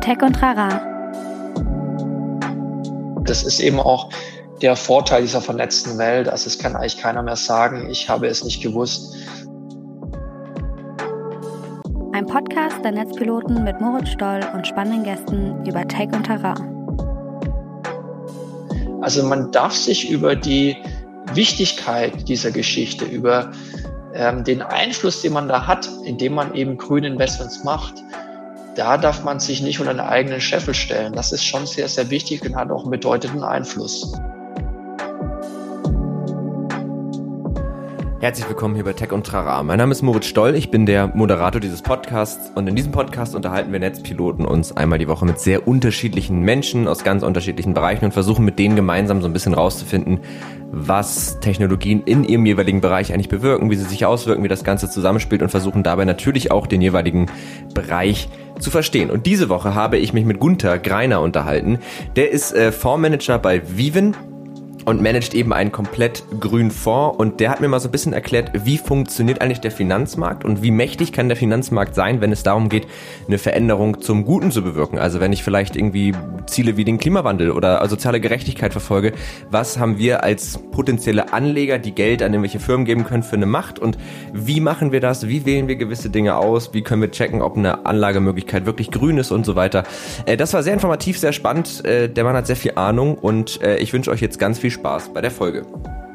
Tech und Trara. Das ist eben auch der Vorteil dieser vernetzten Welt. Also es kann eigentlich keiner mehr sagen, ich habe es nicht gewusst. Ein Podcast der Netzpiloten mit Moritz Stoll und spannenden Gästen über Tech und Trara. Also man darf sich über die Wichtigkeit dieser Geschichte, über den Einfluss, den man da hat, indem man eben grüne Investments macht, da darf man sich nicht unter den eigenen Scheffel stellen. Das ist schon sehr, sehr wichtig und hat auch einen bedeutenden Einfluss. Herzlich willkommen hier bei Tech und Trara. Mein Name ist Moritz Stoll, ich bin der Moderator dieses Podcasts und in diesem Podcast unterhalten wir Netzpiloten uns einmal die Woche mit sehr unterschiedlichen Menschen aus ganz unterschiedlichen Bereichen und versuchen mit denen gemeinsam so ein bisschen rauszufinden, was Technologien in ihrem jeweiligen Bereich eigentlich bewirken, wie sie sich auswirken, wie das Ganze zusammenspielt und versuchen dabei natürlich auch den jeweiligen Bereich zu verstehen. Und diese Woche habe ich mich mit Gunter Greiner unterhalten. Der ist Fondsmanager bei Vivin und managt eben einen komplett grünen Fonds und der hat mir mal so ein bisschen erklärt, wie funktioniert eigentlich der Finanzmarkt und wie mächtig kann der Finanzmarkt sein, wenn es darum geht, eine Veränderung zum Guten zu bewirken. Also wenn ich vielleicht irgendwie Ziele wie den Klimawandel oder soziale Gerechtigkeit verfolge, was haben wir als potenzielle Anleger, die Geld an irgendwelche Firmen geben können, für eine Macht und wie machen wir das, wie wählen wir gewisse Dinge aus, wie können wir checken, ob eine Anlagemöglichkeit wirklich grün ist und so weiter. Das war sehr informativ, sehr spannend, der Mann hat sehr viel Ahnung und ich wünsche euch jetzt ganz viel Spaß bei der Folge.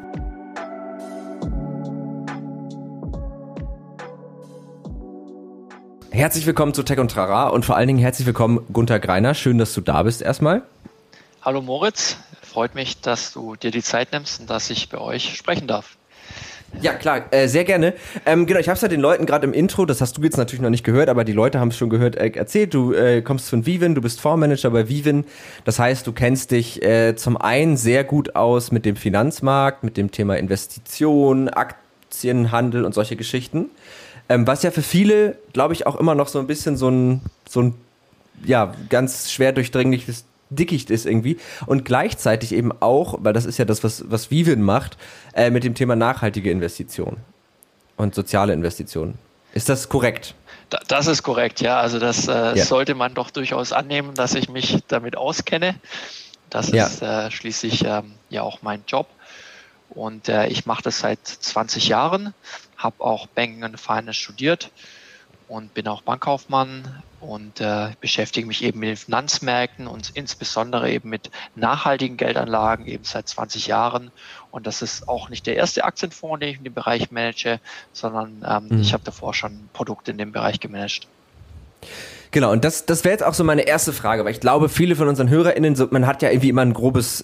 Herzlich willkommen zu Tech und Trara und vor allen Dingen herzlich willkommen Gunter Greiner. Schön, dass du da bist erstmal. Hallo Moritz, freut mich, dass du dir die Zeit nimmst und dass ich bei euch sprechen darf. Ja, klar, sehr gerne. Genau, ich habe es ja den Leuten gerade im Intro, das hast du jetzt natürlich noch nicht gehört, aber die Leute haben es schon gehört, erzählt. Du kommst von Vivin, du bist Fondsmanager bei Vivin. Das heißt, du kennst dich zum einen sehr gut aus mit dem Finanzmarkt, mit dem Thema Investition, Aktienhandel und solche Geschichten. Was ja für viele, glaube ich, auch immer noch so ein bisschen so ein ja, ganz schwer durchdringliches Dickicht ist irgendwie und gleichzeitig eben auch, weil das ist ja das, was Vivin macht, mit dem Thema nachhaltige Investitionen und soziale Investitionen. Ist das korrekt? Das ist korrekt, ja. Also das sollte man doch durchaus annehmen, dass ich mich damit auskenne. Das ist schließlich ja auch mein Job. Und ich mache das seit 20 Jahren, habe auch Banking and Finance studiert und bin auch Bankkaufmann und beschäftige mich eben mit den Finanzmärkten und insbesondere eben mit nachhaltigen Geldanlagen eben seit 20 Jahren. Und das ist auch nicht der erste Aktienfonds, den ich in dem Bereich manage, sondern ich habe davor schon Produkte in dem Bereich gemanagt. Genau, und das wäre jetzt auch so meine erste Frage, weil ich glaube, viele von unseren HörerInnen, man hat ja irgendwie immer eine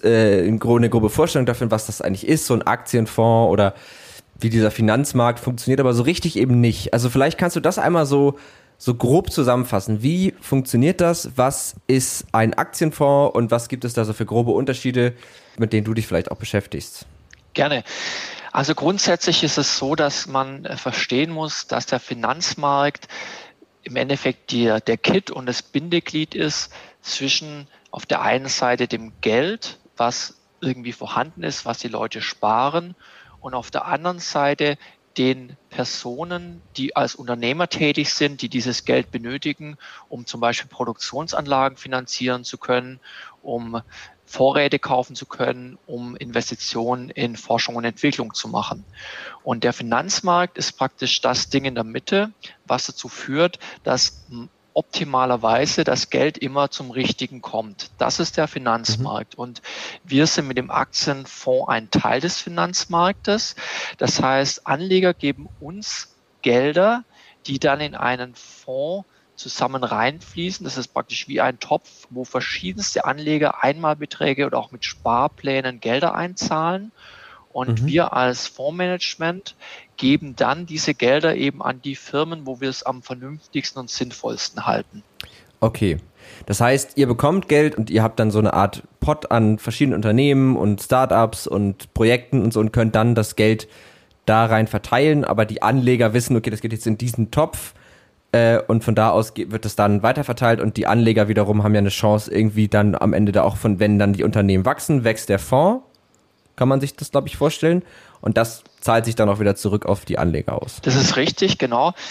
grobe Vorstellung davon, was das eigentlich ist, so ein Aktienfonds oder wie dieser Finanzmarkt funktioniert, aber so richtig eben nicht. Also vielleicht kannst du das einmal so grob zusammenfassen. Wie funktioniert das? Was ist ein Aktienfonds und was gibt es da so für grobe Unterschiede, mit denen du dich vielleicht auch beschäftigst? Gerne. Also grundsätzlich ist es so, dass man verstehen muss, dass der Finanzmarkt im Endeffekt der Kitt und das Bindeglied ist zwischen auf der einen Seite dem Geld, was irgendwie vorhanden ist, was die Leute sparen, und auf der anderen Seite den Personen, die als Unternehmer tätig sind, die dieses Geld benötigen, um zum Beispiel Produktionsanlagen finanzieren zu können, um Vorräte kaufen zu können, um Investitionen in Forschung und Entwicklung zu machen. Und der Finanzmarkt ist praktisch das Ding in der Mitte, was dazu führt, dass optimalerweise das Geld immer zum Richtigen kommt. Das ist der Finanzmarkt. Und wir sind mit dem Aktienfonds ein Teil des Finanzmarktes. Das heißt, Anleger geben uns Gelder, die dann in einen Fonds zusammen reinfließen. Das ist praktisch wie ein Topf, wo verschiedenste Anleger Einmalbeträge oder auch mit Sparplänen Gelder einzahlen. Und wir als Fondsmanagement geben dann diese Gelder eben an die Firmen, wo wir es am vernünftigsten und sinnvollsten halten. Okay, das heißt, ihr bekommt Geld und ihr habt dann so eine Art Pot an verschiedenen Unternehmen und Startups und Projekten und so und könnt dann das Geld da rein verteilen, aber die Anleger wissen, okay, das geht jetzt in diesen Topf und von da aus wird es dann weiterverteilt und die Anleger wiederum haben ja eine Chance irgendwie dann am Ende da auch von, wenn dann die Unternehmen wachsen, wächst der Fonds. Kann man sich das, glaube ich, vorstellen. Und das zahlt sich dann auch wieder zurück auf die Anleger aus. Das ist richtig, genau.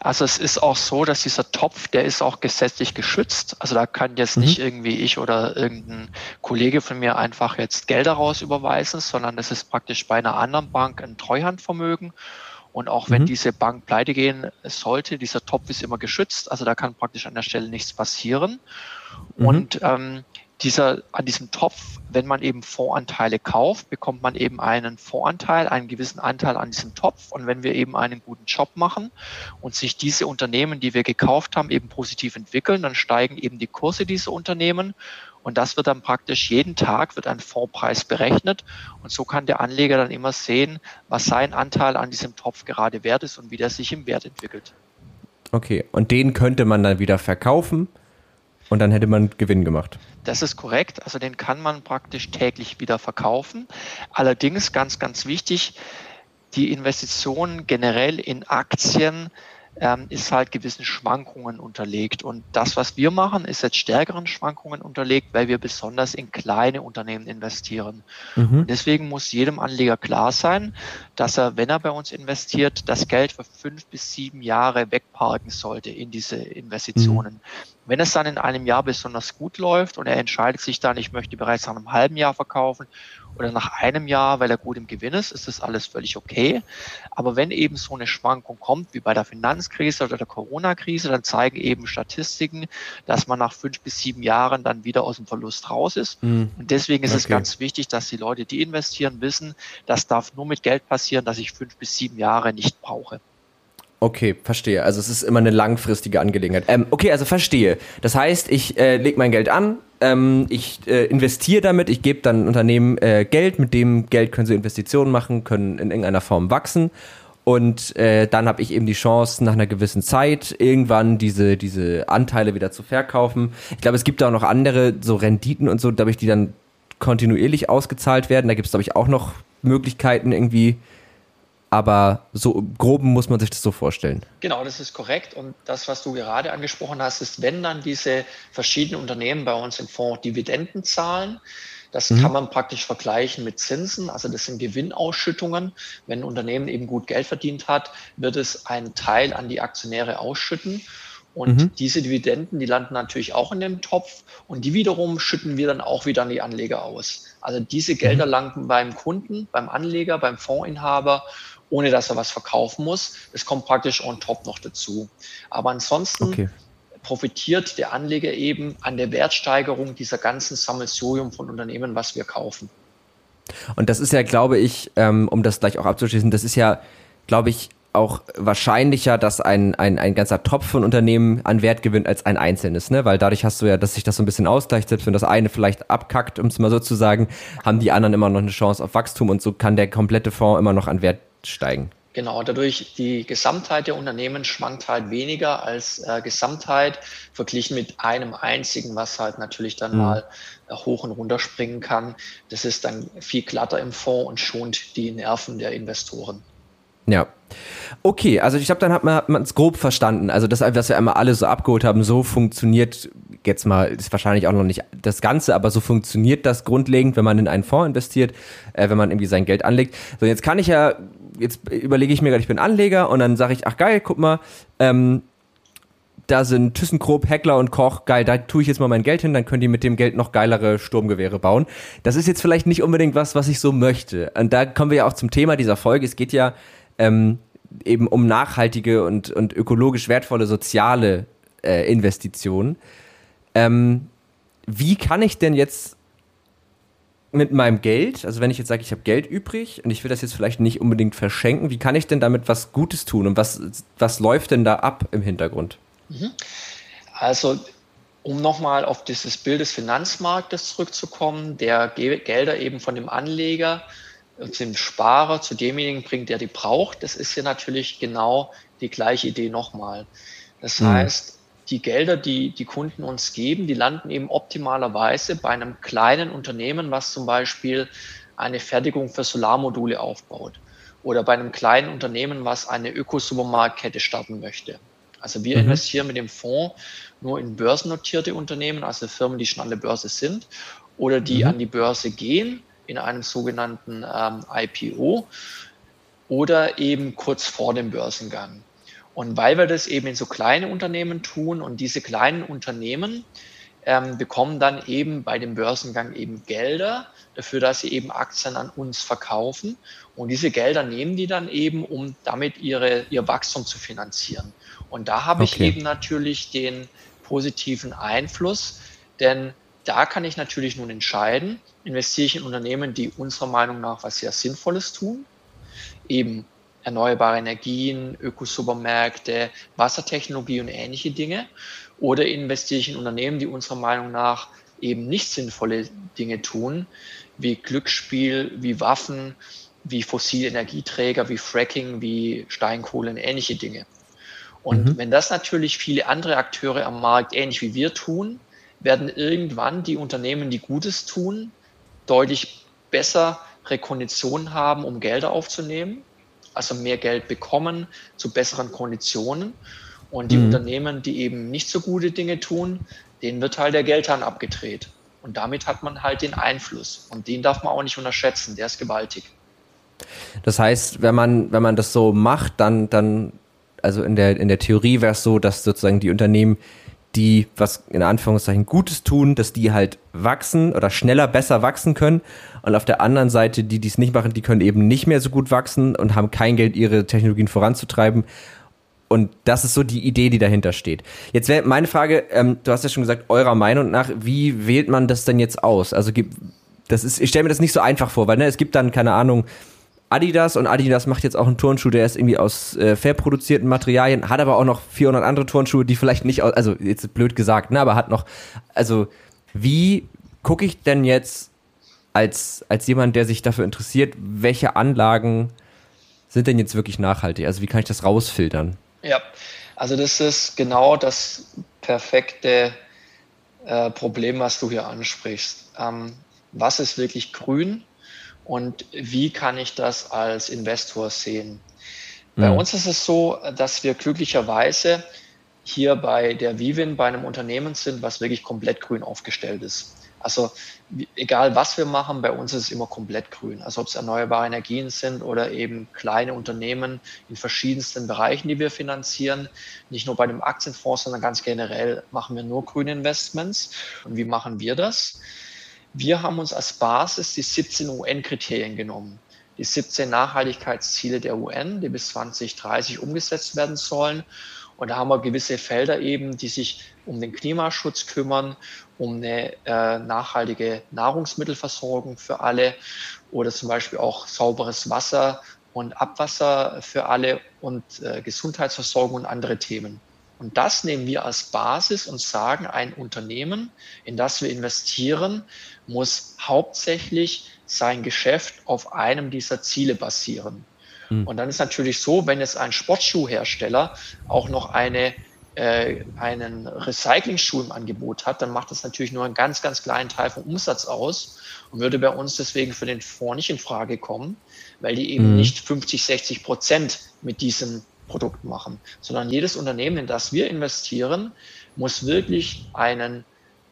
Also es ist auch so, dass dieser Topf, der ist auch gesetzlich geschützt. Also da kann jetzt nicht irgendwie ich oder irgendein Kollege von mir einfach jetzt Gelder raus überweisen, sondern das ist praktisch bei einer anderen Bank ein Treuhandvermögen. Und auch wenn diese Bank pleite gehen sollte, dieser Topf ist immer geschützt. Also da kann praktisch an der Stelle nichts passieren. Und an diesem Topf, wenn man eben Fondsanteile kauft, bekommt man eben einen Fondsanteil, einen gewissen Anteil an diesem Topf. Und wenn wir eben einen guten Job machen und sich diese Unternehmen, die wir gekauft haben, eben positiv entwickeln, dann steigen eben die Kurse dieser Unternehmen. Und das wird dann praktisch jeden Tag wird ein Fondspreis berechnet. Und so kann der Anleger dann immer sehen, was sein Anteil an diesem Topf gerade wert ist und wie der sich im Wert entwickelt. Okay, und den könnte man dann wieder verkaufen und dann hätte man Gewinn gemacht. Das ist korrekt. Also den kann man praktisch täglich wieder verkaufen. Allerdings ganz, ganz wichtig, die Investition generell in Aktien ist halt gewissen Schwankungen unterlegt. Und das, was wir machen, ist jetzt stärkeren Schwankungen unterlegt, weil wir besonders in kleine Unternehmen investieren. Und deswegen muss jedem Anleger klar sein, dass er, wenn er bei uns investiert, das Geld für 5 bis 7 Jahre wegparken sollte in diese Investitionen. Wenn es dann in einem Jahr besonders gut läuft und er entscheidet sich dann, ich möchte bereits nach einem halben Jahr verkaufen oder nach einem Jahr, weil er gut im Gewinn ist das alles völlig okay. Aber wenn eben so eine Schwankung kommt, wie bei der Finanzkrise oder der Corona-Krise, dann zeigen eben Statistiken, dass man nach 5 bis 7 Jahren dann wieder aus dem Verlust raus ist. Und deswegen ist es ganz wichtig, dass die Leute, die investieren, wissen, das darf nur mit Geld passieren, das ich 5 bis 7 Jahre nicht brauche. Okay, verstehe. Also es ist immer eine langfristige Angelegenheit. Okay, also verstehe. Das heißt, ich lege mein Geld an, ich investiere damit, ich gebe dann Unternehmen Geld, mit dem Geld können sie Investitionen machen, können in irgendeiner Form wachsen und dann habe ich eben die Chance, nach einer gewissen Zeit irgendwann diese Anteile wieder zu verkaufen. Ich glaube, es gibt da auch noch andere so Renditen und so, dadurch die dann kontinuierlich ausgezahlt werden. Da gibt es, glaube ich, auch noch Möglichkeiten irgendwie. Aber so im Groben muss man sich das so vorstellen. Genau, das ist korrekt. Und das, was du gerade angesprochen hast, ist, wenn dann diese verschiedenen Unternehmen bei uns im Fonds Dividenden zahlen, das kann man praktisch vergleichen mit Zinsen. Also das sind Gewinnausschüttungen. Wenn ein Unternehmen eben gut Geld verdient hat, wird es einen Teil an die Aktionäre ausschütten. Und diese Dividenden, die landen natürlich auch in dem Topf und die wiederum schütten wir dann auch wieder an die Anleger aus. Also diese Gelder landen beim Kunden, beim Anleger, beim Fondsinhaber, ohne dass er was verkaufen muss. Es kommt praktisch on top noch dazu. Aber ansonsten profitiert der Anleger eben an der Wertsteigerung dieser ganzen Sammelsurium von Unternehmen, was wir kaufen. Und das ist ja, glaube ich, um das gleich auch abzuschließen, das ist ja, glaube ich, auch wahrscheinlicher, dass ein ganzer Topf von Unternehmen an Wert gewinnt als ein einzelnes, ne? Weil dadurch hast du ja, dass sich das so ein bisschen ausgleicht, selbst wenn das eine vielleicht abkackt, um es mal so zu sagen, haben die anderen immer noch eine Chance auf Wachstum und so kann der komplette Fonds immer noch an Wert steigen. Genau, dadurch die Gesamtheit der Unternehmen schwankt halt weniger als Gesamtheit verglichen mit einem einzigen, was halt natürlich dann mal hoch und runter springen kann. Das ist dann viel glatter im Fonds und schont die Nerven der Investoren. Ja. Okay, also ich glaube, dann hat man es grob verstanden. Also das, was wir einmal alle so abgeholt haben, so funktioniert, jetzt mal, ist wahrscheinlich auch noch nicht das Ganze, aber so funktioniert das grundlegend, wenn man in einen Fonds investiert, wenn man irgendwie sein Geld anlegt. So, jetzt überlege ich mir gerade, ich bin Anleger und dann sage ich, ach geil, guck mal, da sind ThyssenKrupp, Heckler und Koch, geil, da tue ich jetzt mal mein Geld hin, dann können die mit dem Geld noch geilere Sturmgewehre bauen. Das ist jetzt vielleicht nicht unbedingt was ich so möchte. Und da kommen wir ja auch zum Thema dieser Folge. Es geht ja eben um nachhaltige und ökologisch wertvolle soziale Investitionen. Wie kann ich denn jetzt mit meinem Geld, also wenn ich jetzt sage, ich habe Geld übrig und ich will das jetzt vielleicht nicht unbedingt verschenken, wie kann ich denn damit was Gutes tun und was läuft denn da ab im Hintergrund? Also um nochmal auf dieses Bild des Finanzmarktes zurückzukommen, der Gelder eben von dem Anleger zum Sparer, zu demjenigen bringt, der die braucht. Das ist ja natürlich genau die gleiche Idee nochmal. Das heißt, die Gelder, die die Kunden uns geben, die landen eben optimalerweise bei einem kleinen Unternehmen, was zum Beispiel eine Fertigung für Solarmodule aufbaut oder bei einem kleinen Unternehmen, was eine Ökosupermarktkette starten möchte. Also wir investieren mit dem Fonds nur in börsennotierte Unternehmen, also Firmen, die schon an der Börse sind oder die an die Börse gehen, in einem sogenannten IPO oder eben kurz vor dem Börsengang. Und weil wir das eben in so kleine Unternehmen tun und diese kleinen Unternehmen bekommen dann eben bei dem Börsengang eben Gelder dafür, dass sie eben Aktien an uns verkaufen. Und diese Gelder nehmen die dann eben, um damit ihr Wachstum zu finanzieren. Und da habe ich eben natürlich den positiven Einfluss, denn da kann ich natürlich nun entscheiden, investiere ich in Unternehmen, die unserer Meinung nach was sehr Sinnvolles tun, eben erneuerbare Energien, Ökosupermärkte, Wassertechnologie und ähnliche Dinge, oder investiere ich in Unternehmen, die unserer Meinung nach eben nicht sinnvolle Dinge tun, wie Glücksspiel, wie Waffen, wie fossile Energieträger, wie Fracking, wie Steinkohle und ähnliche Dinge. Und wenn das natürlich viele andere Akteure am Markt ähnlich wie wir tun, werden irgendwann die Unternehmen, die Gutes tun, deutlich bessere Konditionen haben, um Gelder aufzunehmen, also mehr Geld bekommen zu besseren Konditionen. Und die Unternehmen, die eben nicht so gute Dinge tun, denen wird halt der Geldhahn abgedreht. Und damit hat man halt den Einfluss. Und den darf man auch nicht unterschätzen, der ist gewaltig. Das heißt, wenn man das so macht, dann also in der Theorie wäre es so, dass sozusagen die Unternehmen, die was in Anführungszeichen Gutes tun, dass die halt wachsen oder schneller, besser wachsen können. Und auf der anderen Seite, die es nicht machen, die können eben nicht mehr so gut wachsen und haben kein Geld, ihre Technologien voranzutreiben. Und das ist so die Idee, die dahinter steht. Jetzt wäre meine Frage, du hast ja schon gesagt, eurer Meinung nach, wie wählt man das denn jetzt aus? Also ich stelle mir das nicht so einfach vor, weil es gibt dann, keine Ahnung, Adidas, und Adidas macht jetzt auch einen Turnschuh, der ist irgendwie aus fair produzierten Materialien, hat aber auch noch 400 andere Turnschuhe, die vielleicht nicht aus, also jetzt blöd gesagt, ne, aber hat noch, also wie gucke ich denn jetzt als jemand, der sich dafür interessiert, welche Anlagen sind denn jetzt wirklich nachhaltig? Also wie kann ich das rausfiltern? Ja, also das ist genau das perfekte Problem, was du hier ansprichst. Was ist wirklich grün und wie kann ich das als Investor sehen? Bei uns ist es so, dass wir glücklicherweise hier bei der Vivin bei einem Unternehmen sind, was wirklich komplett grün aufgestellt ist. Also egal was wir machen, bei uns ist es immer komplett grün. Also ob es erneuerbare Energien sind oder eben kleine Unternehmen in verschiedensten Bereichen, die wir finanzieren. Nicht nur bei dem Aktienfonds, sondern ganz generell machen wir nur grüne Investments. Und wie machen wir das? Wir haben uns als Basis die 17 UN-Kriterien genommen. Die 17 Nachhaltigkeitsziele der UN, die bis 2030 umgesetzt werden sollen. Und da haben wir gewisse Felder eben, die sich um den Klimaschutz kümmern, um eine nachhaltige Nahrungsmittelversorgung für alle oder zum Beispiel auch sauberes Wasser und Abwasser für alle und Gesundheitsversorgung und andere Themen. Und das nehmen wir als Basis und sagen, ein Unternehmen, in das wir investieren, muss hauptsächlich sein Geschäft auf einem dieser Ziele basieren. Und dann ist natürlich so, wenn jetzt ein Sportschuhhersteller auch noch einen Recyclingschuh im Angebot hat, dann macht das natürlich nur einen ganz, ganz kleinen Teil vom Umsatz aus und würde bei uns deswegen für den Fonds nicht in Frage kommen, weil die eben nicht 50-60% mit diesem Produkt machen, sondern jedes Unternehmen, in das wir investieren, muss wirklich einen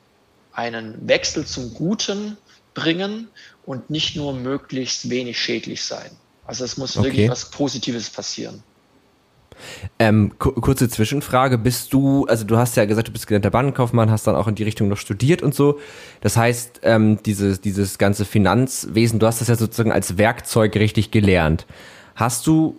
Wechsel zum Guten bringen und nicht nur möglichst wenig schädlich sein. Also es muss wirklich was Positives passieren. Kurze Zwischenfrage, also du hast ja gesagt, du bist gelernter Bankenkaufmann, hast dann auch in die Richtung noch studiert und so. Das heißt, dieses ganze Finanzwesen, du hast das ja sozusagen als Werkzeug richtig gelernt. Hast du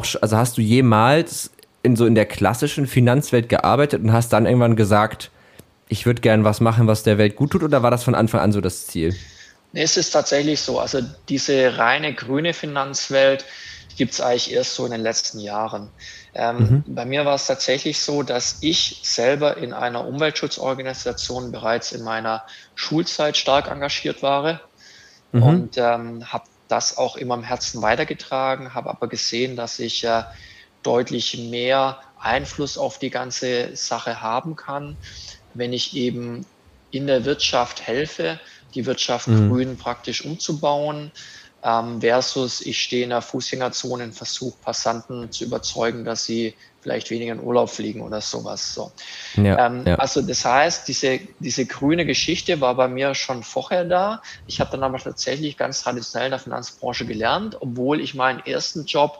jemals in der klassischen Finanzwelt gearbeitet und hast dann irgendwann gesagt, ich würde gern was machen, was der Welt gut tut, oder war das von Anfang an so das Ziel? Nee, es ist tatsächlich so. Also diese reine grüne Finanzwelt gibt es eigentlich erst so in den letzten Jahren. Bei mir war es tatsächlich so, dass ich selber in einer Umweltschutzorganisation bereits in meiner Schulzeit stark engagiert war und habe das auch immer im Herzen weitergetragen, habe aber gesehen, dass ich deutlich mehr Einfluss auf die ganze Sache haben kann, wenn ich eben in der Wirtschaft helfe, die Wirtschaft grün praktisch umzubauen, versus ich stehe in der Fußgängerzone und versuche Passanten zu überzeugen, dass sie vielleicht weniger in Urlaub fliegen oder sowas. So. Also das heißt, diese grüne Geschichte war bei mir schon vorher da. Ich habe dann aber tatsächlich ganz traditionell in der Finanzbranche gelernt, obwohl ich meinen ersten Job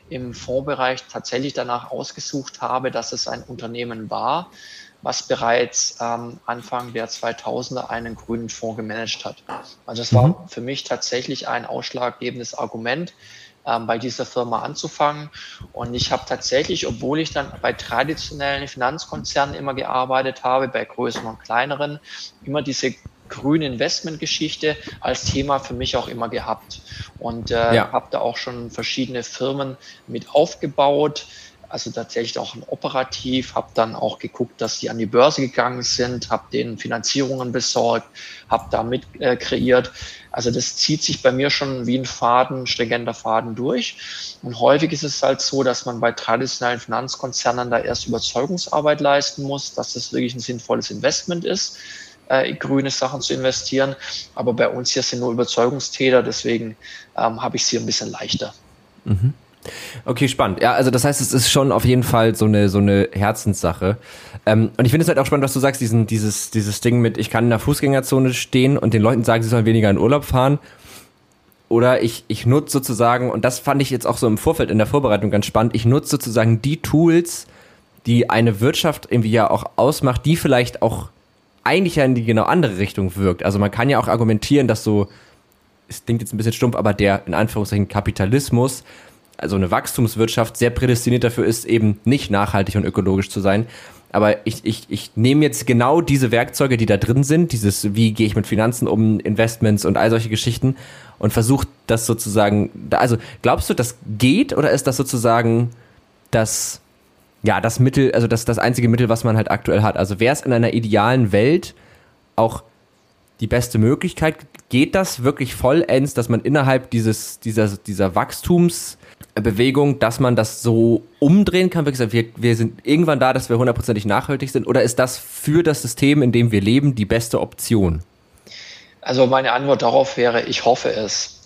im Fondsbereich tatsächlich danach ausgesucht habe, dass es ein Unternehmen war, was bereits Anfang der 2000er einen grünen Fonds gemanagt hat. Also das war für mich tatsächlich ein ausschlaggebendes Argument, bei dieser Firma anzufangen. Und ich habe tatsächlich, obwohl ich dann bei traditionellen Finanzkonzernen immer gearbeitet habe, bei größeren und kleineren, immer diese grüne Investmentgeschichte als Thema für mich auch immer gehabt. Und habe da auch schon verschiedene Firmen mit aufgebaut, also tatsächlich auch operativ, habe dann auch geguckt, dass die an die Börse gegangen sind, habe denen Finanzierungen besorgt, habe da mit kreiert. Also das zieht sich bei mir schon wie ein Faden, stringenter Faden durch. Und häufig ist es halt so, dass man bei traditionellen Finanzkonzernen da erst Überzeugungsarbeit leisten muss, dass das wirklich ein sinnvolles Investment ist, in grüne Sachen zu investieren. Aber bei uns hier sind nur Überzeugungstäter, deswegen habe ich es hier ein bisschen leichter. Mhm. Okay, spannend. Ja, also das heißt, es ist schon auf jeden Fall so eine Herzenssache. Und ich finde es halt auch spannend, was du sagst, dieses Ding mit, ich kann in der Fußgängerzone stehen und den Leuten sagen, sie sollen weniger in Urlaub fahren. Oder ich nutze sozusagen, und das fand ich jetzt auch so im Vorfeld in der Vorbereitung ganz spannend, ich nutze sozusagen die Tools, die eine Wirtschaft irgendwie ja auch ausmacht, die vielleicht auch eigentlich ja in die genau andere Richtung wirkt. Also man kann ja auch argumentieren, dass so, es klingt jetzt ein bisschen stumpf, aber der in Anführungszeichen Kapitalismus, also eine Wachstumswirtschaft, sehr prädestiniert dafür ist, eben nicht nachhaltig und ökologisch zu sein. Aber ich nehme jetzt genau diese Werkzeuge, die da drin sind, dieses, wie gehe ich mit Finanzen um, Investments und all solche Geschichten und versuche das sozusagen, also glaubst du, das geht oder ist das sozusagen das Mittel, also das einzige Mittel, was man halt aktuell hat? Also wäre es in einer idealen Welt auch die beste Möglichkeit, geht das wirklich vollends, dass man innerhalb dieser Wachstumsbewegung, dass man das so umdrehen kann, wirklich, wir sind irgendwann da, dass wir 100%ig nachhaltig sind, oder ist das für das System, in dem wir leben, die beste Option? Also meine Antwort darauf wäre, ich hoffe es.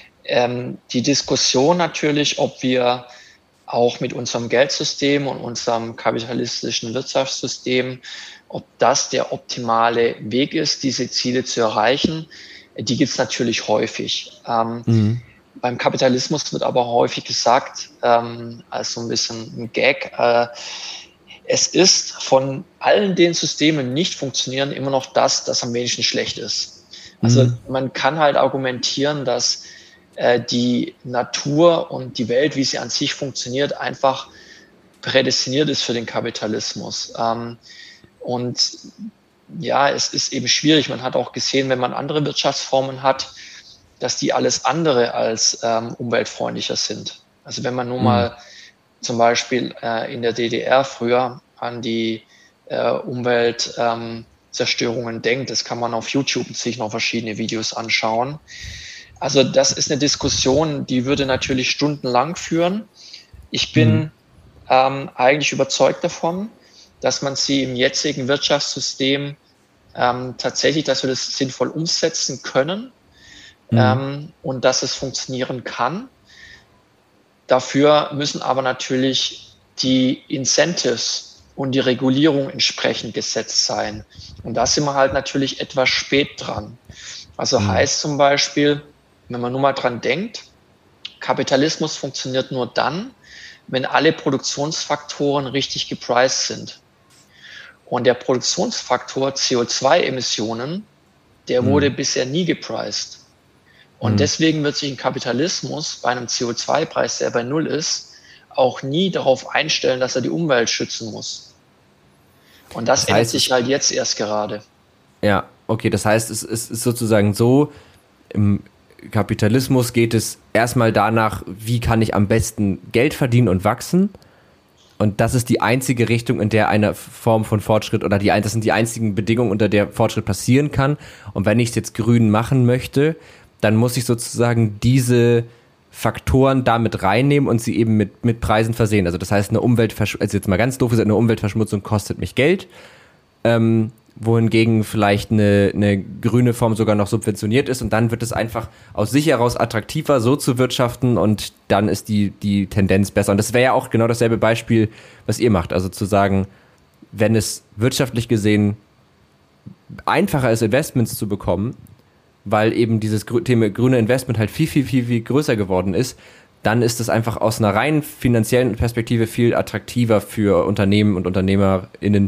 Die Diskussion natürlich, ob wir auch mit unserem Geldsystem und unserem kapitalistischen Wirtschaftssystem, ob das der optimale Weg ist, diese Ziele zu erreichen, die gibt es natürlich häufig. Beim Kapitalismus wird aber häufig gesagt, als so ein bisschen ein Gag, es ist von allen den Systemen, die nicht funktionieren, immer noch das am wenigsten schlecht ist. Also man kann halt argumentieren, dass die Natur und die Welt, wie sie an sich funktioniert, einfach prädestiniert ist für den Kapitalismus. Und ja, es ist eben schwierig. Man hat auch gesehen, wenn man andere Wirtschaftsformen hat, dass die alles andere als umweltfreundlicher sind. Also wenn man nun mal zum Beispiel in der DDR früher an die Umweltzerstörungen denkt, das kann man auf YouTube sich noch verschiedene Videos anschauen. Also das ist eine Diskussion, die würde natürlich stundenlang führen. Ich bin eigentlich überzeugt davon, dass man sie im jetzigen Wirtschaftssystem tatsächlich, dass wir das sinnvoll umsetzen können und dass es funktionieren kann. Dafür müssen aber natürlich die Incentives und die Regulierung entsprechend gesetzt sein. Und da sind wir halt natürlich etwas spät dran. Also heißt zum Beispiel, wenn man nur mal dran denkt, Kapitalismus funktioniert nur dann, wenn alle Produktionsfaktoren richtig gepriced sind. Und der Produktionsfaktor CO2-Emissionen, der wurde bisher nie gepriced. Und deswegen wird sich ein Kapitalismus bei einem CO2-Preis, der bei Null ist, auch nie darauf einstellen, dass er die Umwelt schützen muss. Und das ändert sich halt jetzt erst gerade. Ja, okay, das heißt, es ist sozusagen so, im Kapitalismus geht es erstmal danach, wie kann ich am besten Geld verdienen und wachsen. Und das ist die einzige Richtung, in der eine Form von Fortschritt das sind die einzigen Bedingungen, unter der Fortschritt passieren kann. Und wenn ich es jetzt grün machen möchte, dann muss ich sozusagen diese Faktoren damit reinnehmen und sie eben mit Preisen versehen. Also das heißt, also jetzt mal ganz doof gesagt, eine Umweltverschmutzung kostet mich Geld, wohingegen vielleicht eine grüne Form sogar noch subventioniert ist, und dann wird es einfach aus sich heraus attraktiver, so zu wirtschaften, und dann ist die Tendenz besser. Und das wäre ja auch genau dasselbe Beispiel, was ihr macht. Also zu sagen, wenn es wirtschaftlich gesehen einfacher ist, Investments zu bekommen, weil eben dieses Thema grüne Investment halt viel, viel, viel, viel größer geworden ist, dann ist es einfach aus einer rein finanziellen Perspektive viel attraktiver für Unternehmen und UnternehmerInnen,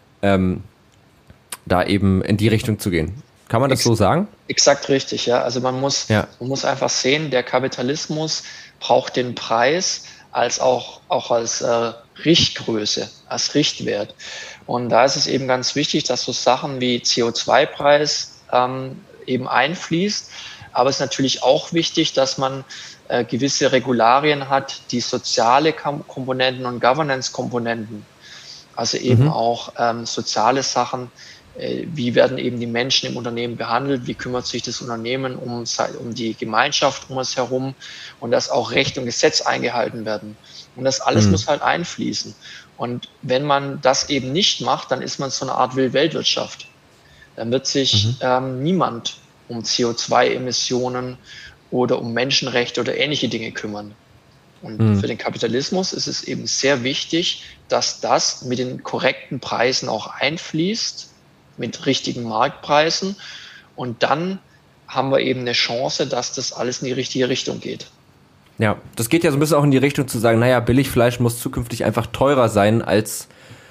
da eben in die Richtung zu gehen. Kann man das so sagen? Exakt richtig, ja. Also man muss einfach sehen, der Kapitalismus braucht den Preis auch als Richtgröße, als Richtwert. Und da ist es eben ganz wichtig, dass so Sachen wie CO2-Preis eben einfließt. Aber es ist natürlich auch wichtig, dass man gewisse Regularien hat, die soziale Komponenten und Governance-Komponenten, also eben auch soziale Sachen, wie werden eben die Menschen im Unternehmen behandelt, wie kümmert sich das Unternehmen um die Gemeinschaft um es herum und dass auch Recht und Gesetz eingehalten werden. Und das alles muss halt einfließen. Und wenn man das eben nicht macht, dann ist man so eine Art Wildweltwirtschaft. Dann wird sich niemand um CO2-Emissionen oder um Menschenrechte oder ähnliche Dinge kümmern. Und für den Kapitalismus ist es eben sehr wichtig, dass das mit den korrekten Preisen auch einfließt, mit richtigen Marktpreisen. Und dann haben wir eben eine Chance, dass das alles in die richtige Richtung geht. Ja, das geht ja so ein bisschen auch in die Richtung zu sagen, naja, Billigfleisch muss zukünftig einfach teurer sein als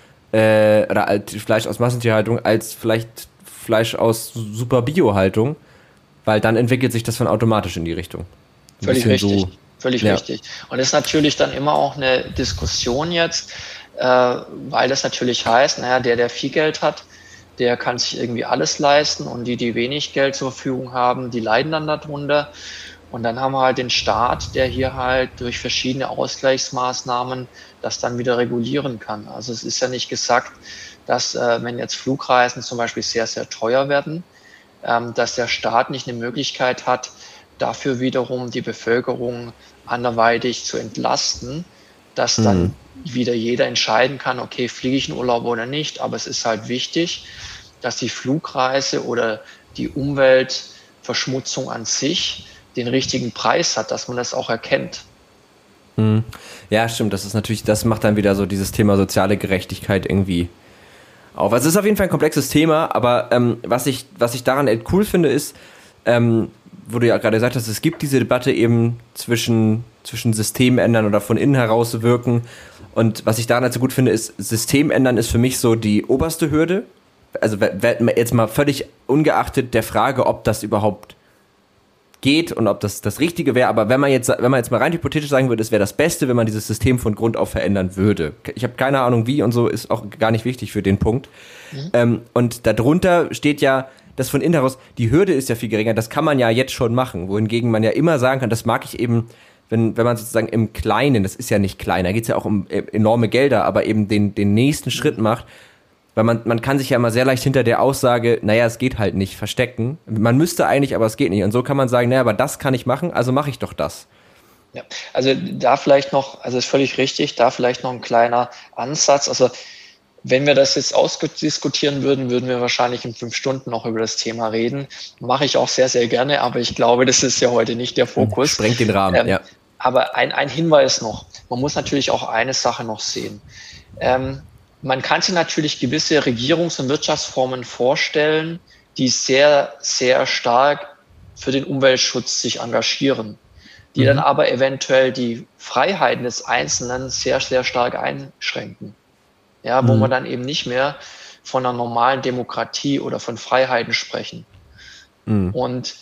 Fleisch aus Massentierhaltung als vielleicht Fleisch aus super Bio-Haltung, weil dann entwickelt sich das von automatisch in die Richtung. Völlig richtig. Völlig richtig. Und das ist natürlich dann immer auch eine Diskussion jetzt, weil das natürlich heißt, naja, der viel Geld hat, der kann sich irgendwie alles leisten und die wenig Geld zur Verfügung haben, die leiden dann darunter. Und dann haben wir halt den Staat, der hier halt durch verschiedene Ausgleichsmaßnahmen das dann wieder regulieren kann. Also es ist ja nicht gesagt, dass wenn jetzt Flugreisen zum Beispiel sehr, sehr teuer werden, dass der Staat nicht eine Möglichkeit hat, dafür wiederum die Bevölkerung anderweitig zu entlasten, dass dann wieder jeder entscheiden kann, okay, fliege ich in Urlaub oder nicht. Aber es ist halt wichtig, dass die Flugreise oder die Umweltverschmutzung an sich den richtigen Preis hat, dass man das auch erkennt. Ja, stimmt. Das macht dann wieder so dieses Thema soziale Gerechtigkeit irgendwie auf. Also es ist auf jeden Fall ein komplexes Thema, aber was ich daran cool finde, ist, wo du ja gerade gesagt hast, es gibt diese Debatte eben zwischen System ändern oder von innen heraus wirken. Und was ich daran halt so gut finde, ist, System ändern ist für mich so die oberste Hürde. Also jetzt mal völlig ungeachtet der Frage, ob das überhaupt geht und ob das Richtige wäre. Aber wenn man jetzt mal rein hypothetisch sagen würde, es wäre das Beste, wenn man dieses System von Grund auf verändern würde. Ich habe keine Ahnung wie und so, ist auch gar nicht wichtig für den Punkt. Und darunter steht ja, das von innen heraus, die Hürde ist ja viel geringer, das kann man ja jetzt schon machen, wohingegen man ja immer sagen kann, das mag ich eben, wenn man sozusagen im Kleinen, das ist ja nicht klein, da geht es ja auch um enorme Gelder, aber eben den nächsten Schritt macht, weil man kann sich ja immer sehr leicht hinter der Aussage, naja, es geht halt nicht, verstecken. Man müsste eigentlich, aber es geht nicht. Und so kann man sagen, naja, aber das kann ich machen, also mache ich doch das. Ja, also da vielleicht noch, also ist völlig richtig, da vielleicht noch ein kleiner Ansatz, also wenn wir das jetzt ausdiskutieren würden, würden wir wahrscheinlich in 5 Stunden noch über das Thema reden. Mache ich auch sehr, sehr gerne, aber ich glaube, das ist ja heute nicht der Fokus. Sprengt den Rahmen, ja. Aber ein Hinweis noch. Man muss natürlich auch eine Sache noch sehen. Man kann sich natürlich gewisse Regierungs- und Wirtschaftsformen vorstellen, die sehr, sehr stark für den Umweltschutz sich engagieren, die dann aber eventuell die Freiheiten des Einzelnen sehr, sehr stark einschränken. Ja, wo man dann eben nicht mehr von einer normalen Demokratie oder von Freiheiten sprechen. Und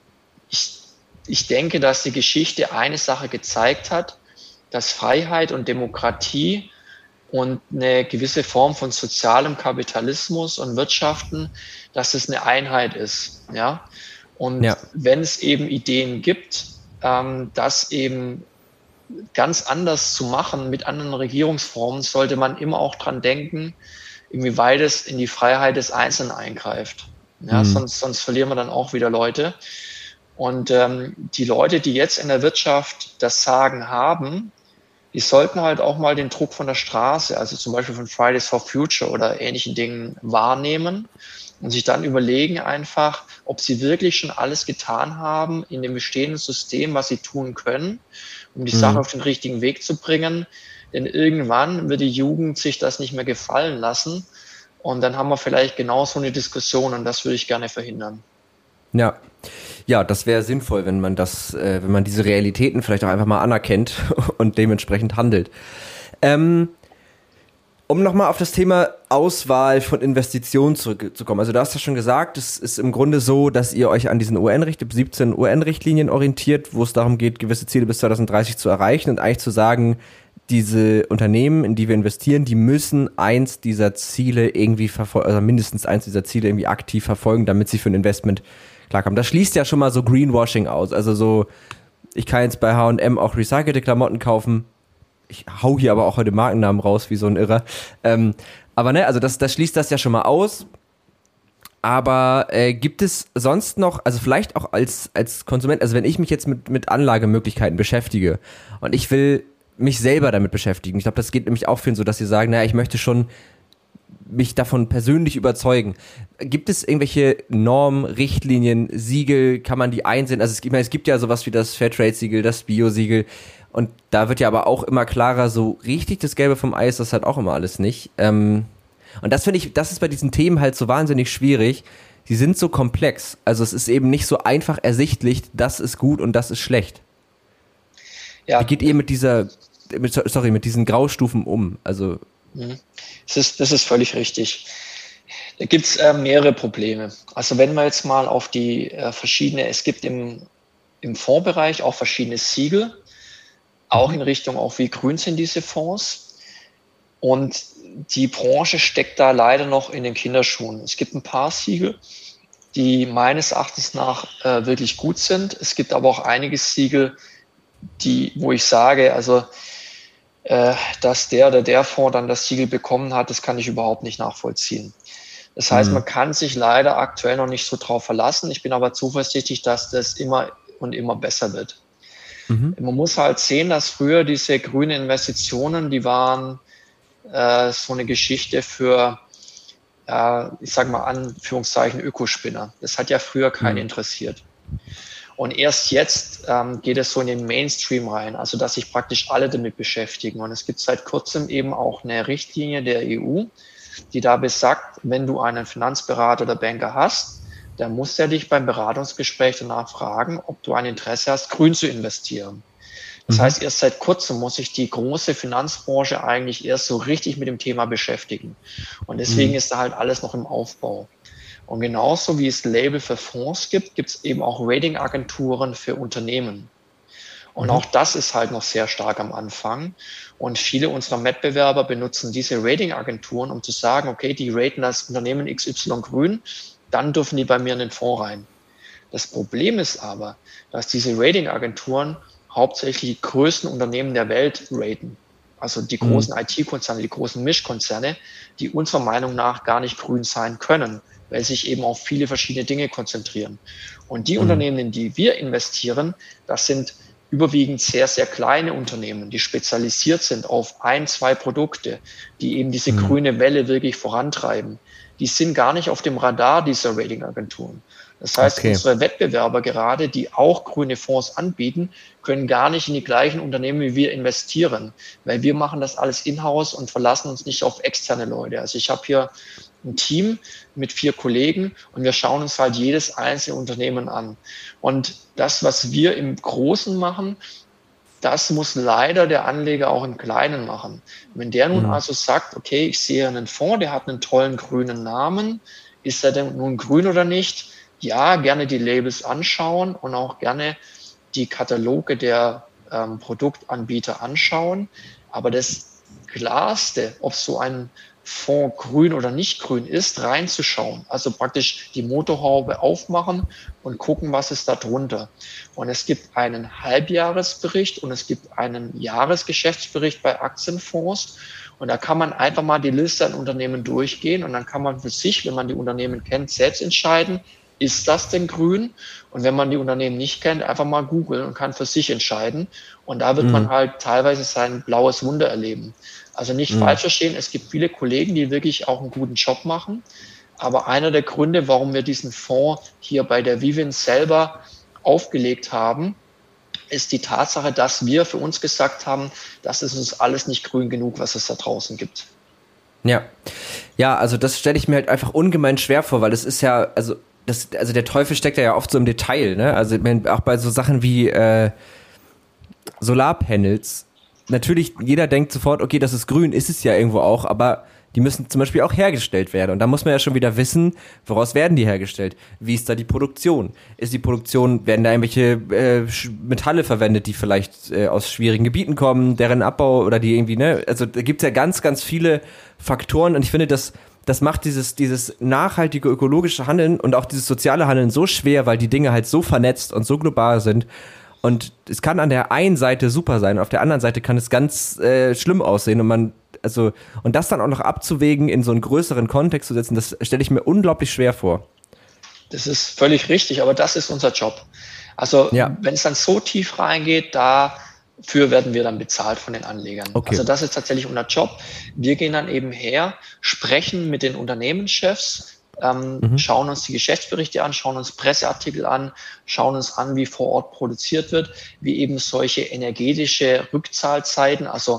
ich denke, dass die Geschichte eine Sache gezeigt hat, dass Freiheit und Demokratie und eine gewisse Form von sozialem Kapitalismus und Wirtschaften, dass es eine Einheit ist. Ja? Und wenn es eben Ideen gibt, dass eben ganz anders zu machen mit anderen Regierungsformen, sollte man immer auch dran denken, inwieweit es in die Freiheit des Einzelnen eingreift. Ja, sonst verlieren wir dann auch wieder Leute. Und die Leute, die jetzt in der Wirtschaft das Sagen haben, die sollten halt auch mal den Druck von der Straße, also zum Beispiel von Fridays for Future oder ähnlichen Dingen wahrnehmen und sich dann überlegen einfach, ob sie wirklich schon alles getan haben in dem bestehenden System, was sie tun können, um die Sache auf den richtigen Weg zu bringen. Denn irgendwann wird die Jugend sich das nicht mehr gefallen lassen. Und dann haben wir vielleicht genau so eine Diskussion und das würde ich gerne verhindern. Ja. Ja, das wäre sinnvoll, wenn man wenn man diese Realitäten vielleicht auch einfach mal anerkennt und dementsprechend handelt. Um nochmal auf das Thema Auswahl von Investitionen zurückzukommen. Also du hast ja schon gesagt, es ist im Grunde so, dass ihr euch an diesen 17 UN-Richtlinien orientiert, wo es darum geht, gewisse Ziele bis 2030 zu erreichen und eigentlich zu sagen, diese Unternehmen, in die wir investieren, die müssen eins dieser Ziele irgendwie verfolgen, also mindestens eins dieser Ziele irgendwie aktiv verfolgen, damit sie für ein Investment klarkommen. Das schließt ja schon mal so Greenwashing aus. Also so, ich kann jetzt bei H&M auch recycelte Klamotten kaufen. Ich hau hier aber auch heute Markennamen raus, wie so ein Irrer. Aber ne, also das schließt das ja schon mal aus. Aber gibt es sonst noch, also vielleicht auch als Konsument, also wenn ich mich jetzt mit Anlagemöglichkeiten beschäftige und ich will mich selber damit beschäftigen, ich glaube, das geht nämlich auch vielen so, dass sie sagen, naja, ich möchte schon mich davon persönlich überzeugen. Gibt es irgendwelche Normen, Richtlinien, Siegel, kann man die einsehen? Also es gibt ja sowas wie das Fairtrade-Siegel, das Bio-Siegel. Und da wird ja aber auch immer klarer, so richtig das Gelbe vom Ei ist das halt auch immer alles nicht. Und das finde ich, das ist bei diesen Themen halt so wahnsinnig schwierig. Die sind so komplex. Also es ist eben nicht so einfach ersichtlich, das ist gut und das ist schlecht. Ja. Wie geht ihr mit diesen Graustufen um? Also das ist völlig richtig. Da gibt es mehrere Probleme. Also wenn wir jetzt mal auf die es gibt im Fondsbereich auch verschiedene Siegel, auch in Richtung, auch wie grün sind diese Fonds. Und die Branche steckt da leider noch in den Kinderschuhen. Es gibt ein paar Siegel, die meines Erachtens nach wirklich gut sind. Es gibt aber auch einige Siegel, wo ich sage, also dass der oder der Fonds dann das Siegel bekommen hat, das kann ich überhaupt nicht nachvollziehen. Das heißt, man kann sich leider aktuell noch nicht so drauf verlassen. Ich bin aber zuversichtlich, dass das immer und immer besser wird. Man muss halt sehen, dass früher diese grünen Investitionen, die waren so eine Geschichte für, ich sage mal Anführungszeichen, Ökospinner. Das hat ja früher keinen interessiert. Und erst jetzt geht es so in den Mainstream rein, also dass sich praktisch alle damit beschäftigen. Und es gibt seit kurzem eben auch eine Richtlinie der EU, die da besagt, wenn du einen Finanzberater oder Banker hast, dann muss er dich beim Beratungsgespräch danach fragen, ob du ein Interesse hast, grün zu investieren. Das heißt, erst seit kurzem muss sich die große Finanzbranche eigentlich erst so richtig mit dem Thema beschäftigen. Und deswegen ist da halt alles noch im Aufbau. Und genauso wie es Label für Fonds gibt, gibt es eben auch Ratingagenturen für Unternehmen. Und auch das ist halt noch sehr stark am Anfang. Und viele unserer Wettbewerber benutzen diese Ratingagenturen, um zu sagen, okay, die raten das Unternehmen XY grün, dann dürfen die bei mir in den Fonds rein. Das Problem ist aber, dass diese Ratingagenturen hauptsächlich die größten Unternehmen der Welt raten. Also die großen IT-Konzerne, die großen Mischkonzerne, die unserer Meinung nach gar nicht grün sein können, weil sich eben auf viele verschiedene Dinge konzentrieren. Und die Unternehmen, in die wir investieren, das sind überwiegend sehr, sehr kleine Unternehmen, die spezialisiert sind auf 1, 2 Produkte, die eben diese grüne Welle wirklich vorantreiben. Die sind gar nicht auf dem Radar dieser Ratingagenturen. Das heißt, unsere Wettbewerber gerade, die auch grüne Fonds anbieten, können gar nicht in die gleichen Unternehmen wie wir investieren, weil wir machen das alles in-house und verlassen uns nicht auf externe Leute. Also ich habe hier ein Team mit 4 Kollegen und wir schauen uns halt jedes einzelne Unternehmen an. Und das, was wir im Großen machen, das muss leider der Anleger auch im Kleinen machen. Wenn der nun also sagt, okay, ich sehe einen Fonds, der hat einen tollen grünen Namen, ist er denn nun grün oder nicht? Ja, gerne die Labels anschauen und auch gerne die Kataloge der Produktanbieter anschauen. Aber das Klarste, ob so ein Fonds grün oder nicht grün ist, reinzuschauen. Also praktisch die Motorhaube aufmachen und gucken, was ist da drunter. Und es gibt einen Halbjahresbericht und es gibt einen Jahresgeschäftsbericht bei Aktienfonds. Und da kann man einfach mal die Liste an Unternehmen durchgehen und dann kann man für sich, wenn man die Unternehmen kennt, selbst entscheiden, ist das denn grün? Und wenn man die Unternehmen nicht kennt, einfach mal googeln und kann für sich entscheiden. Und da wird man halt teilweise sein blaues Wunder erleben. Also nicht falsch verstehen, es gibt viele Kollegen, die wirklich auch einen guten Job machen. Aber einer der Gründe, warum wir diesen Fonds hier bei der Vivint selber aufgelegt haben, ist die Tatsache, dass wir für uns gesagt haben, das ist uns alles nicht grün genug, was es da draußen gibt. Ja, also das stelle ich mir halt einfach ungemein schwer vor, weil es ist ja, also also der Teufel steckt ja oft so im Detail, ne? Also auch bei so Sachen wie Solarpanels, natürlich, jeder denkt sofort, okay, das ist grün, ist es ja irgendwo auch, aber die müssen zum Beispiel auch hergestellt werden. Und da muss man ja schon wieder wissen, woraus werden die hergestellt? Wie ist da die Produktion? Werden da irgendwelche Metalle verwendet, die vielleicht aus schwierigen Gebieten kommen, deren Abbau oder die irgendwie, ne? Also da gibt's ja ganz, ganz viele Faktoren und ich finde, das macht dieses nachhaltige ökologische Handeln und auch dieses soziale Handeln so schwer, weil die Dinge halt so vernetzt und so global sind. Und es kann an der einen Seite super sein, auf der anderen Seite kann es ganz schlimm aussehen und und das dann auch noch abzuwägen, in so einen größeren Kontext zu setzen, das stelle ich mir unglaublich schwer vor. Das ist völlig richtig, aber das ist unser Job. Also wenn es dann so tief reingeht, dafür werden wir dann bezahlt von den Anlegern. Okay. Also das ist tatsächlich unser Job. Wir gehen dann eben her, sprechen mit den Unternehmenschefs, schauen uns die Geschäftsberichte an, schauen uns Presseartikel an, schauen uns an, wie vor Ort produziert wird, wie eben solche energetische Rückzahlzeiten, also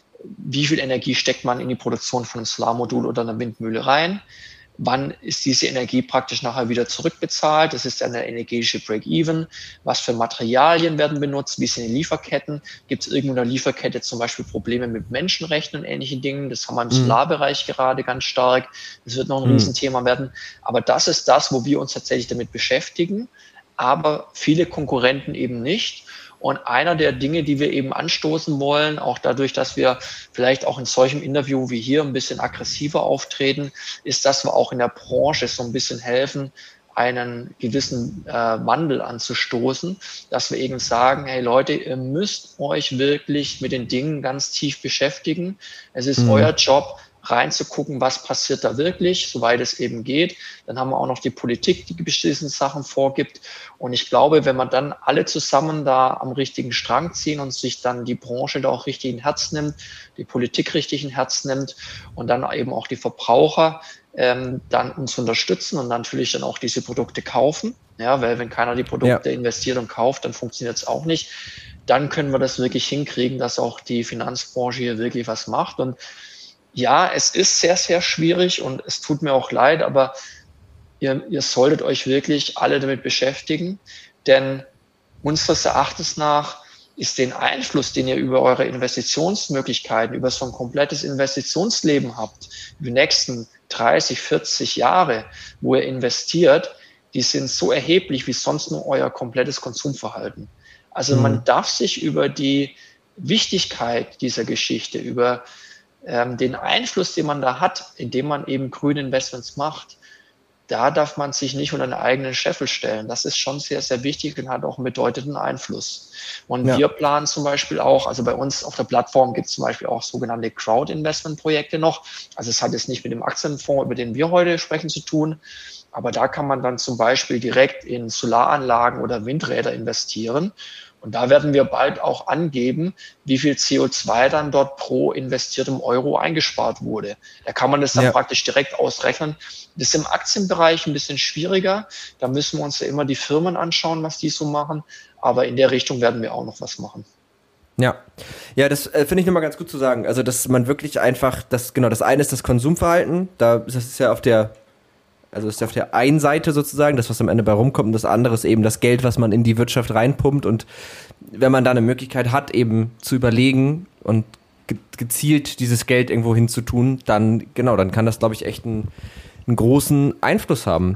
wie viel Energie steckt man in die Produktion von einem Solarmodul oder einer Windmühle rein? Wann ist diese Energie praktisch nachher wieder zurückbezahlt? Das ist dann der energetische Break-Even. Was für Materialien werden benutzt? Wie sind die Lieferketten? Gibt es irgendwo in der Lieferkette zum Beispiel Probleme mit Menschenrechten und ähnlichen Dingen? Das haben wir im Solarbereich gerade ganz stark. Das wird noch ein Riesenthema werden. Aber das ist das, wo wir uns tatsächlich damit beschäftigen. Aber viele Konkurrenten eben nicht. Und einer der Dinge, die wir eben anstoßen wollen, auch dadurch, dass wir vielleicht auch in solchem Interview wie hier ein bisschen aggressiver auftreten, ist, dass wir auch in der Branche so ein bisschen helfen, einen gewissen Wandel anzustoßen, dass wir eben sagen, hey Leute, ihr müsst euch wirklich mit den Dingen ganz tief beschäftigen. Es ist euer Job, reinzugucken, was passiert da wirklich, soweit es eben geht. Dann haben wir auch noch die Politik, die bestimmte Sachen vorgibt. Und ich glaube, wenn man dann alle zusammen da am richtigen Strang ziehen und sich dann die Branche da auch richtig in Herz nimmt, die Politik richtig in Herz nimmt und dann eben auch die Verbraucher dann uns unterstützen und natürlich dann auch diese Produkte kaufen. Ja, weil wenn keiner die Produkte investiert und kauft, dann funktioniert es auch nicht. Dann können wir das wirklich hinkriegen, dass auch die Finanzbranche hier wirklich was macht. Und ja, es ist sehr, sehr schwierig und es tut mir auch leid, aber ihr solltet euch wirklich alle damit beschäftigen, denn unseres Erachtens nach ist den Einfluss, den ihr über eure Investitionsmöglichkeiten, über so ein komplettes Investitionsleben habt, über die nächsten 30, 40 Jahre, wo ihr investiert, die sind so erheblich wie sonst nur euer komplettes Konsumverhalten. Also man darf sich über die Wichtigkeit dieser Geschichte, über den Einfluss, den man da hat, indem man eben grüne Investments macht, da darf man sich nicht unter einen eigenen Scheffel stellen. Das ist schon sehr, sehr wichtig und hat auch einen bedeutenden Einfluss. Und wir planen zum Beispiel auch, also bei uns auf der Plattform gibt es zum Beispiel auch sogenannte Crowd-Investment-Projekte noch. Also es hat jetzt nicht mit dem Aktienfonds, über den wir heute sprechen, zu tun, aber da kann man dann zum Beispiel direkt in Solaranlagen oder Windräder investieren. Und da werden wir bald auch angeben, wie viel CO2 dann dort pro investiertem Euro eingespart wurde. Da kann man das dann praktisch direkt ausrechnen. Das ist im Aktienbereich ein bisschen schwieriger. Da müssen wir uns ja immer die Firmen anschauen, was die so machen. Aber in der Richtung werden wir auch noch was machen. Ja, das finde ich nochmal ganz gut zu sagen. Also, dass man wirklich einfach, das eine ist das Konsumverhalten. Das ist ja auf der einen Seite sozusagen, das, was am Ende bei rumkommt, und das andere ist eben das Geld, was man in die Wirtschaft reinpumpt. Und wenn man da eine Möglichkeit hat, eben zu überlegen und gezielt dieses Geld irgendwo hinzutun, dann kann das, glaube ich, echt einen großen Einfluss haben.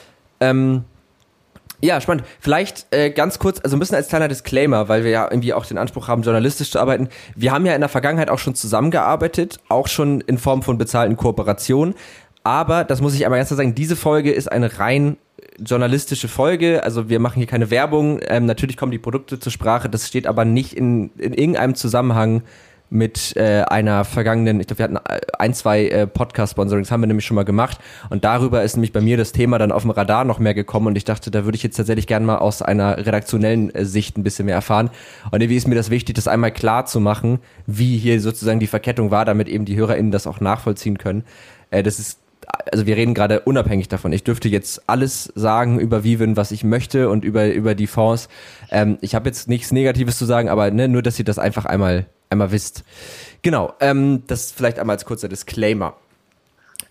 Ja, spannend. Vielleicht ganz kurz, also ein bisschen als kleiner Disclaimer, weil wir ja irgendwie auch den Anspruch haben, journalistisch zu arbeiten. Wir haben ja in der Vergangenheit auch schon zusammengearbeitet, auch schon in Form von bezahlten Kooperationen. Aber, das muss ich einmal ganz klar sagen, diese Folge ist eine rein journalistische Folge. Also wir machen hier keine Werbung. Natürlich kommen die Produkte zur Sprache. Das steht aber nicht in irgendeinem Zusammenhang mit einer vergangenen, ich glaube, wir hatten 2 Podcast-Sponsorings, haben wir nämlich schon mal gemacht. Und darüber ist nämlich bei mir das Thema dann auf dem Radar noch mehr gekommen. Und ich dachte, da würde ich jetzt tatsächlich gerne mal aus einer redaktionellen Sicht ein bisschen mehr erfahren. Und irgendwie ist mir das wichtig, das einmal klar zu machen, wie hier sozusagen die Verkettung war, damit eben die HörerInnen das auch nachvollziehen können. Also wir reden gerade unabhängig davon. Ich dürfte jetzt alles sagen über Vivin, was ich möchte und über die Fonds. Ich habe jetzt nichts Negatives zu sagen, aber nur, dass ihr das einfach einmal wisst. Genau, das vielleicht einmal als kurzer Disclaimer.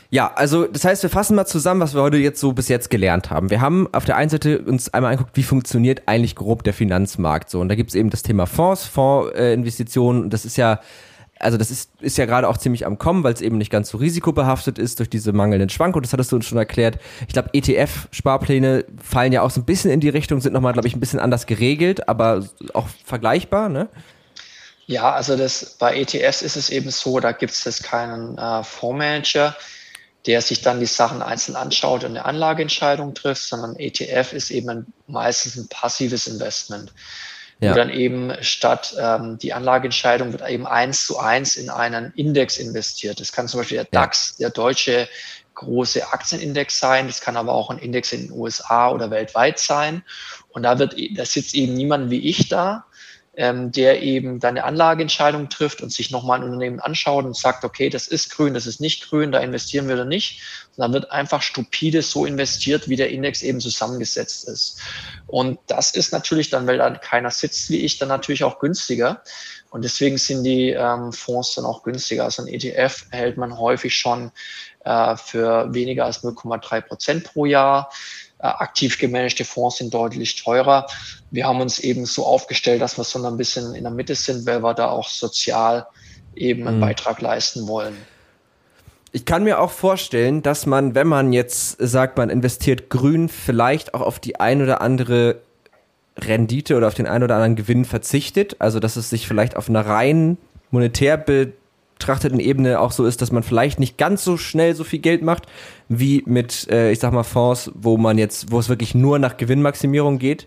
Ja, also das heißt, wir fassen mal zusammen, was wir heute jetzt so bis jetzt gelernt haben. Wir haben auf der einen Seite uns einmal angeguckt, wie funktioniert eigentlich grob der Finanzmarkt so. Und da gibt es eben das Thema Fondsinvestitionen. Und das ist ja, also das ist ja gerade auch ziemlich am Kommen, weil es eben nicht ganz so risikobehaftet ist durch diese mangelnden Schwankungen. Das hattest du uns schon erklärt. Ich glaube, ETF-Sparpläne fallen ja auch so ein bisschen in die Richtung, sind nochmal, glaube ich, ein bisschen anders geregelt, aber auch vergleichbar, ne? Ja, also bei ETFs ist es eben so, da gibt es jetzt keinen Fondsmanager, der sich dann die Sachen einzeln anschaut und eine Anlageentscheidung trifft, sondern ETF ist eben meistens ein passives Investment. Ja. Wo dann eben statt die Anlageentscheidung wird eben 1:1 in einen Index investiert. Das kann zum Beispiel der DAX, der deutsche große Aktienindex sein. Das kann aber auch ein Index in den USA oder weltweit sein. Und da sitzt eben niemand wie ich da, der eben dann eine Anlageentscheidung trifft und sich nochmal ein Unternehmen anschaut und sagt, okay, das ist grün, das ist nicht grün, da investieren wir oder nicht. Und dann wird einfach stupide so investiert, wie der Index eben zusammengesetzt ist. Und das ist natürlich dann, weil da keiner sitzt wie ich, dann natürlich auch günstiger. Und deswegen sind die Fonds dann auch günstiger. Also ein ETF erhält man häufig schon für weniger als 0,3% pro Jahr. Aktiv gemanagte Fonds sind deutlich teurer. Wir haben uns eben so aufgestellt, dass wir so ein bisschen in der Mitte sind, weil wir da auch sozial eben einen Beitrag leisten wollen. Ich kann mir auch vorstellen, dass man, wenn man jetzt sagt, man investiert grün, vielleicht auch auf die ein oder andere Rendite oder auf den ein oder anderen Gewinn verzichtet. Also dass es sich vielleicht auf einer rein monetär betrachteten Ebene auch so ist, dass man vielleicht nicht ganz so schnell so viel Geld macht, wie mit, ich sag mal, Fonds, wo es wirklich nur nach Gewinnmaximierung geht.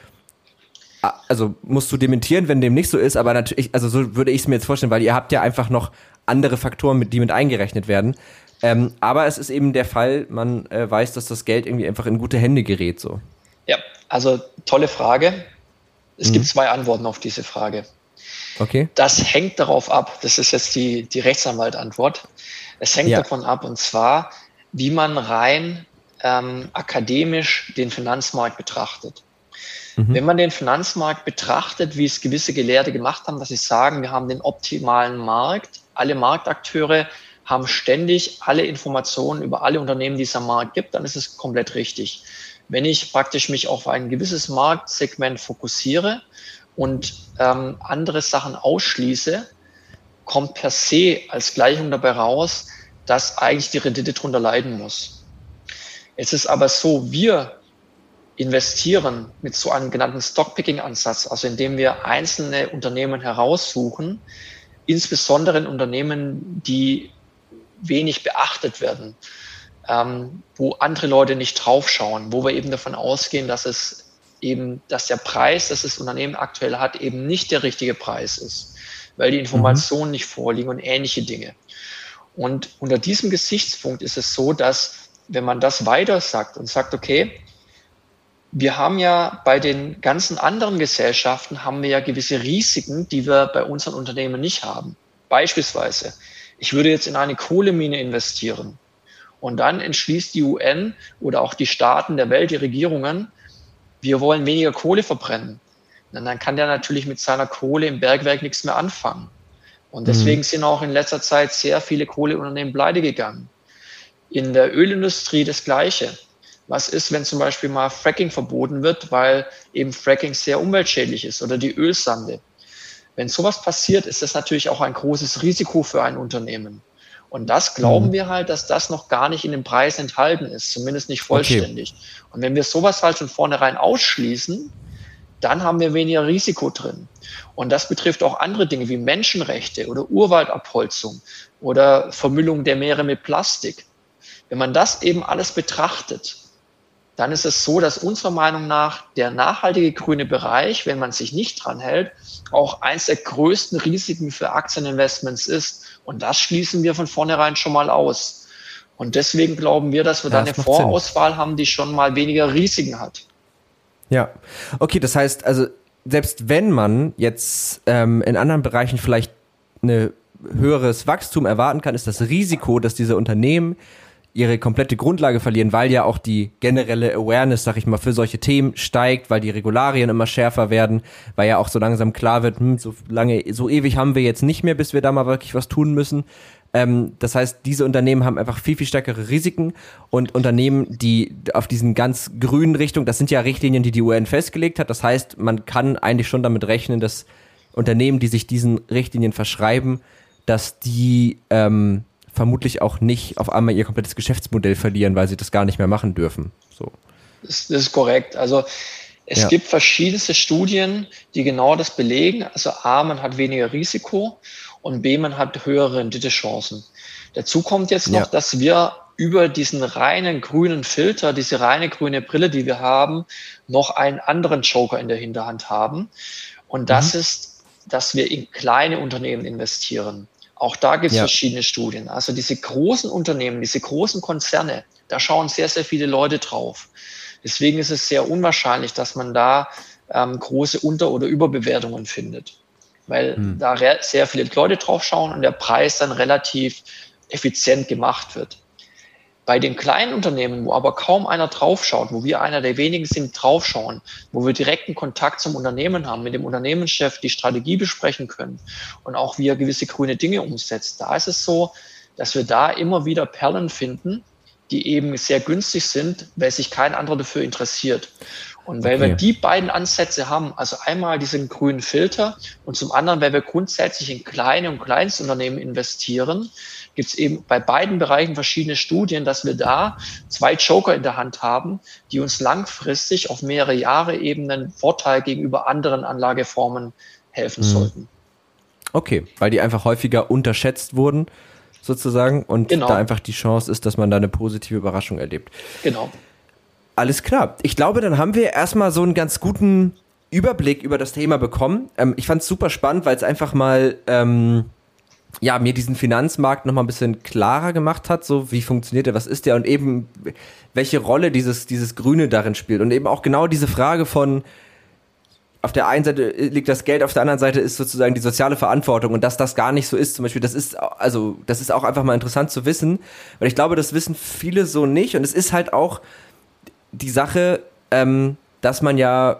Also musst du dementieren, wenn dem nicht so ist, aber natürlich, also so würde ich es mir jetzt vorstellen, weil ihr habt ja einfach noch andere Faktoren, die mit eingerechnet werden. Aber es ist eben der Fall, man weiß, dass das Geld irgendwie einfach in gute Hände gerät, so. Ja, also tolle Frage. Es gibt 2 Antworten auf diese Frage. Okay. Das hängt darauf ab, das ist jetzt die Rechtsanwalt-Antwort. Es hängt davon ab, und zwar, wie man rein akademisch den Finanzmarkt betrachtet. Wenn man den Finanzmarkt betrachtet, wie es gewisse Gelehrte gemacht haben, dass sie sagen, wir haben den optimalen Markt, alle Marktakteure haben ständig alle Informationen über alle Unternehmen, die es am Markt gibt, dann ist es komplett richtig. Wenn ich praktisch mich auf ein gewisses Marktsegment fokussiere und andere Sachen ausschließe, kommt per se als Gleichung dabei raus, dass eigentlich die Rendite drunter leiden muss. Es ist aber so, wir investieren mit so einem genannten Stockpicking-Ansatz, also indem wir einzelne Unternehmen heraussuchen, insbesondere in Unternehmen, die wenig beachtet werden, wo andere Leute nicht draufschauen, wo wir eben davon ausgehen, dass der Preis, das das Unternehmen aktuell hat, eben nicht der richtige Preis ist, weil die Informationen nicht vorliegen und ähnliche Dinge. Und unter diesem Gesichtspunkt ist es so, dass wenn man das weiter sagt und sagt, okay, wir haben ja bei den ganzen anderen Gesellschaften haben wir ja gewisse Risiken, die wir bei unseren Unternehmen nicht haben. Beispielsweise, ich würde jetzt in eine Kohlemine investieren und dann entschließt die UN oder auch die Staaten der Welt, die Regierungen, wir wollen weniger Kohle verbrennen. Und dann kann der natürlich mit seiner Kohle im Bergwerk nichts mehr anfangen. Und deswegen sind auch in letzter Zeit sehr viele Kohleunternehmen pleite gegangen. In der Ölindustrie das Gleiche. Was ist, wenn zum Beispiel mal Fracking verboten wird, weil eben Fracking sehr umweltschädlich ist oder die Ölsande? Wenn sowas passiert, ist das natürlich auch ein großes Risiko für ein Unternehmen. Und das glauben wir halt, dass das noch gar nicht in dem Preis enthalten ist, zumindest nicht vollständig. Okay. Und wenn wir sowas halt von vornherein ausschließen, dann haben wir weniger Risiko drin. Und das betrifft auch andere Dinge wie Menschenrechte oder Urwaldabholzung oder Vermüllung der Meere mit Plastik. Wenn man das eben alles betrachtet, dann ist es so, dass unserer Meinung nach der nachhaltige grüne Bereich, wenn man sich nicht dran hält, auch eines der größten Risiken für Aktieninvestments ist. Und das schließen wir von vornherein schon mal aus. Und deswegen glauben wir, dass wir da eine Fondsauswahl haben, die schon mal weniger Risiken hat. Ja, okay, das heißt, also selbst wenn man jetzt in anderen Bereichen vielleicht ein höheres Wachstum erwarten kann, ist das Risiko, dass diese Unternehmen ihre komplette Grundlage verlieren, weil ja auch die generelle Awareness, sag ich mal, für solche Themen steigt, weil die Regularien immer schärfer werden, weil ja auch so langsam klar wird, so ewig haben wir jetzt nicht mehr, bis wir da mal wirklich was tun müssen. Das heißt, diese Unternehmen haben einfach viel, viel stärkere Risiken und Unternehmen, die auf diesen ganz grünen Richtung, das sind ja Richtlinien, die die UN festgelegt hat. Das heißt, man kann eigentlich schon damit rechnen, dass Unternehmen, die sich diesen Richtlinien verschreiben, dass die vermutlich auch nicht auf einmal ihr komplettes Geschäftsmodell verlieren, weil sie das gar nicht mehr machen dürfen. So. Das ist korrekt. Also es gibt verschiedenste Studien, die genau das belegen. Also A, man hat weniger Risiko und B, man hat höhere Renditechancen. Dazu kommt jetzt noch, dass wir über diesen reinen grünen Filter, diese reine grüne Brille, die wir haben, noch einen anderen Joker in der Hinterhand haben. Und das ist, dass wir in kleine Unternehmen investieren. Auch da gibt es verschiedene Studien. Also diese großen Unternehmen, diese großen Konzerne, da schauen sehr, sehr viele Leute drauf. Deswegen ist es sehr unwahrscheinlich, dass man da große Unter- oder Überbewertungen findet, weil da sehr viele Leute drauf schauen und der Preis dann relativ effizient gemacht wird. Bei den kleinen Unternehmen, wo aber kaum einer draufschaut, wo wir einer der wenigen sind, draufschauen, wo wir direkten Kontakt zum Unternehmen haben, mit dem Unternehmenschef die Strategie besprechen können und auch wie er gewisse grüne Dinge umsetzt, da ist es so, dass wir da immer wieder Perlen finden, die eben sehr günstig sind, weil sich kein anderer dafür interessiert. Und weil wir die beiden Ansätze haben, also einmal diesen grünen Filter und zum anderen, weil wir grundsätzlich in kleine und Kleinstunternehmen investieren, gibt es eben bei beiden Bereichen verschiedene Studien, dass wir da 2 Joker in der Hand haben, die uns langfristig auf mehrere Jahre eben einen Vorteil gegenüber anderen Anlageformen helfen sollten. Okay, weil die einfach häufiger unterschätzt wurden, sozusagen, und da einfach die Chance ist, dass man da eine positive Überraschung erlebt. Genau. Alles klar. Ich glaube, dann haben wir erstmal so einen ganz guten Überblick über das Thema bekommen. Ich fand es super spannend, weil es einfach mal mir diesen Finanzmarkt nochmal ein bisschen klarer gemacht hat, so wie funktioniert der, was ist der und eben welche Rolle dieses Grüne darin spielt und eben auch genau diese Frage von auf der einen Seite liegt das Geld, auf der anderen Seite ist sozusagen die soziale Verantwortung und dass das gar nicht so ist, zum Beispiel, das ist auch einfach mal interessant zu wissen, weil ich glaube, das wissen viele so nicht und es ist halt auch die Sache, dass man ja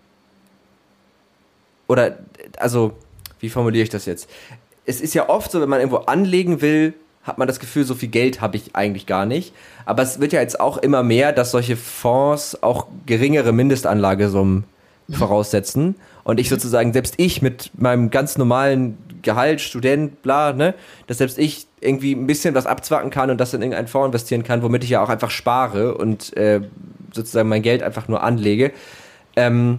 wie formuliere ich das jetzt? Es ist ja oft so, wenn man irgendwo anlegen will, hat man das Gefühl, so viel Geld habe ich eigentlich gar nicht. Aber es wird ja jetzt auch immer mehr, dass solche Fonds auch geringere Mindestanlagesummen voraussetzen. Und ich sozusagen, selbst ich mit meinem ganz normalen Gehalt, Student, bla, ne, dass selbst ich irgendwie ein bisschen was abzwacken kann und das in irgendeinen Fonds investieren kann, womit ich ja auch einfach spare und sozusagen mein Geld einfach nur anlege. Und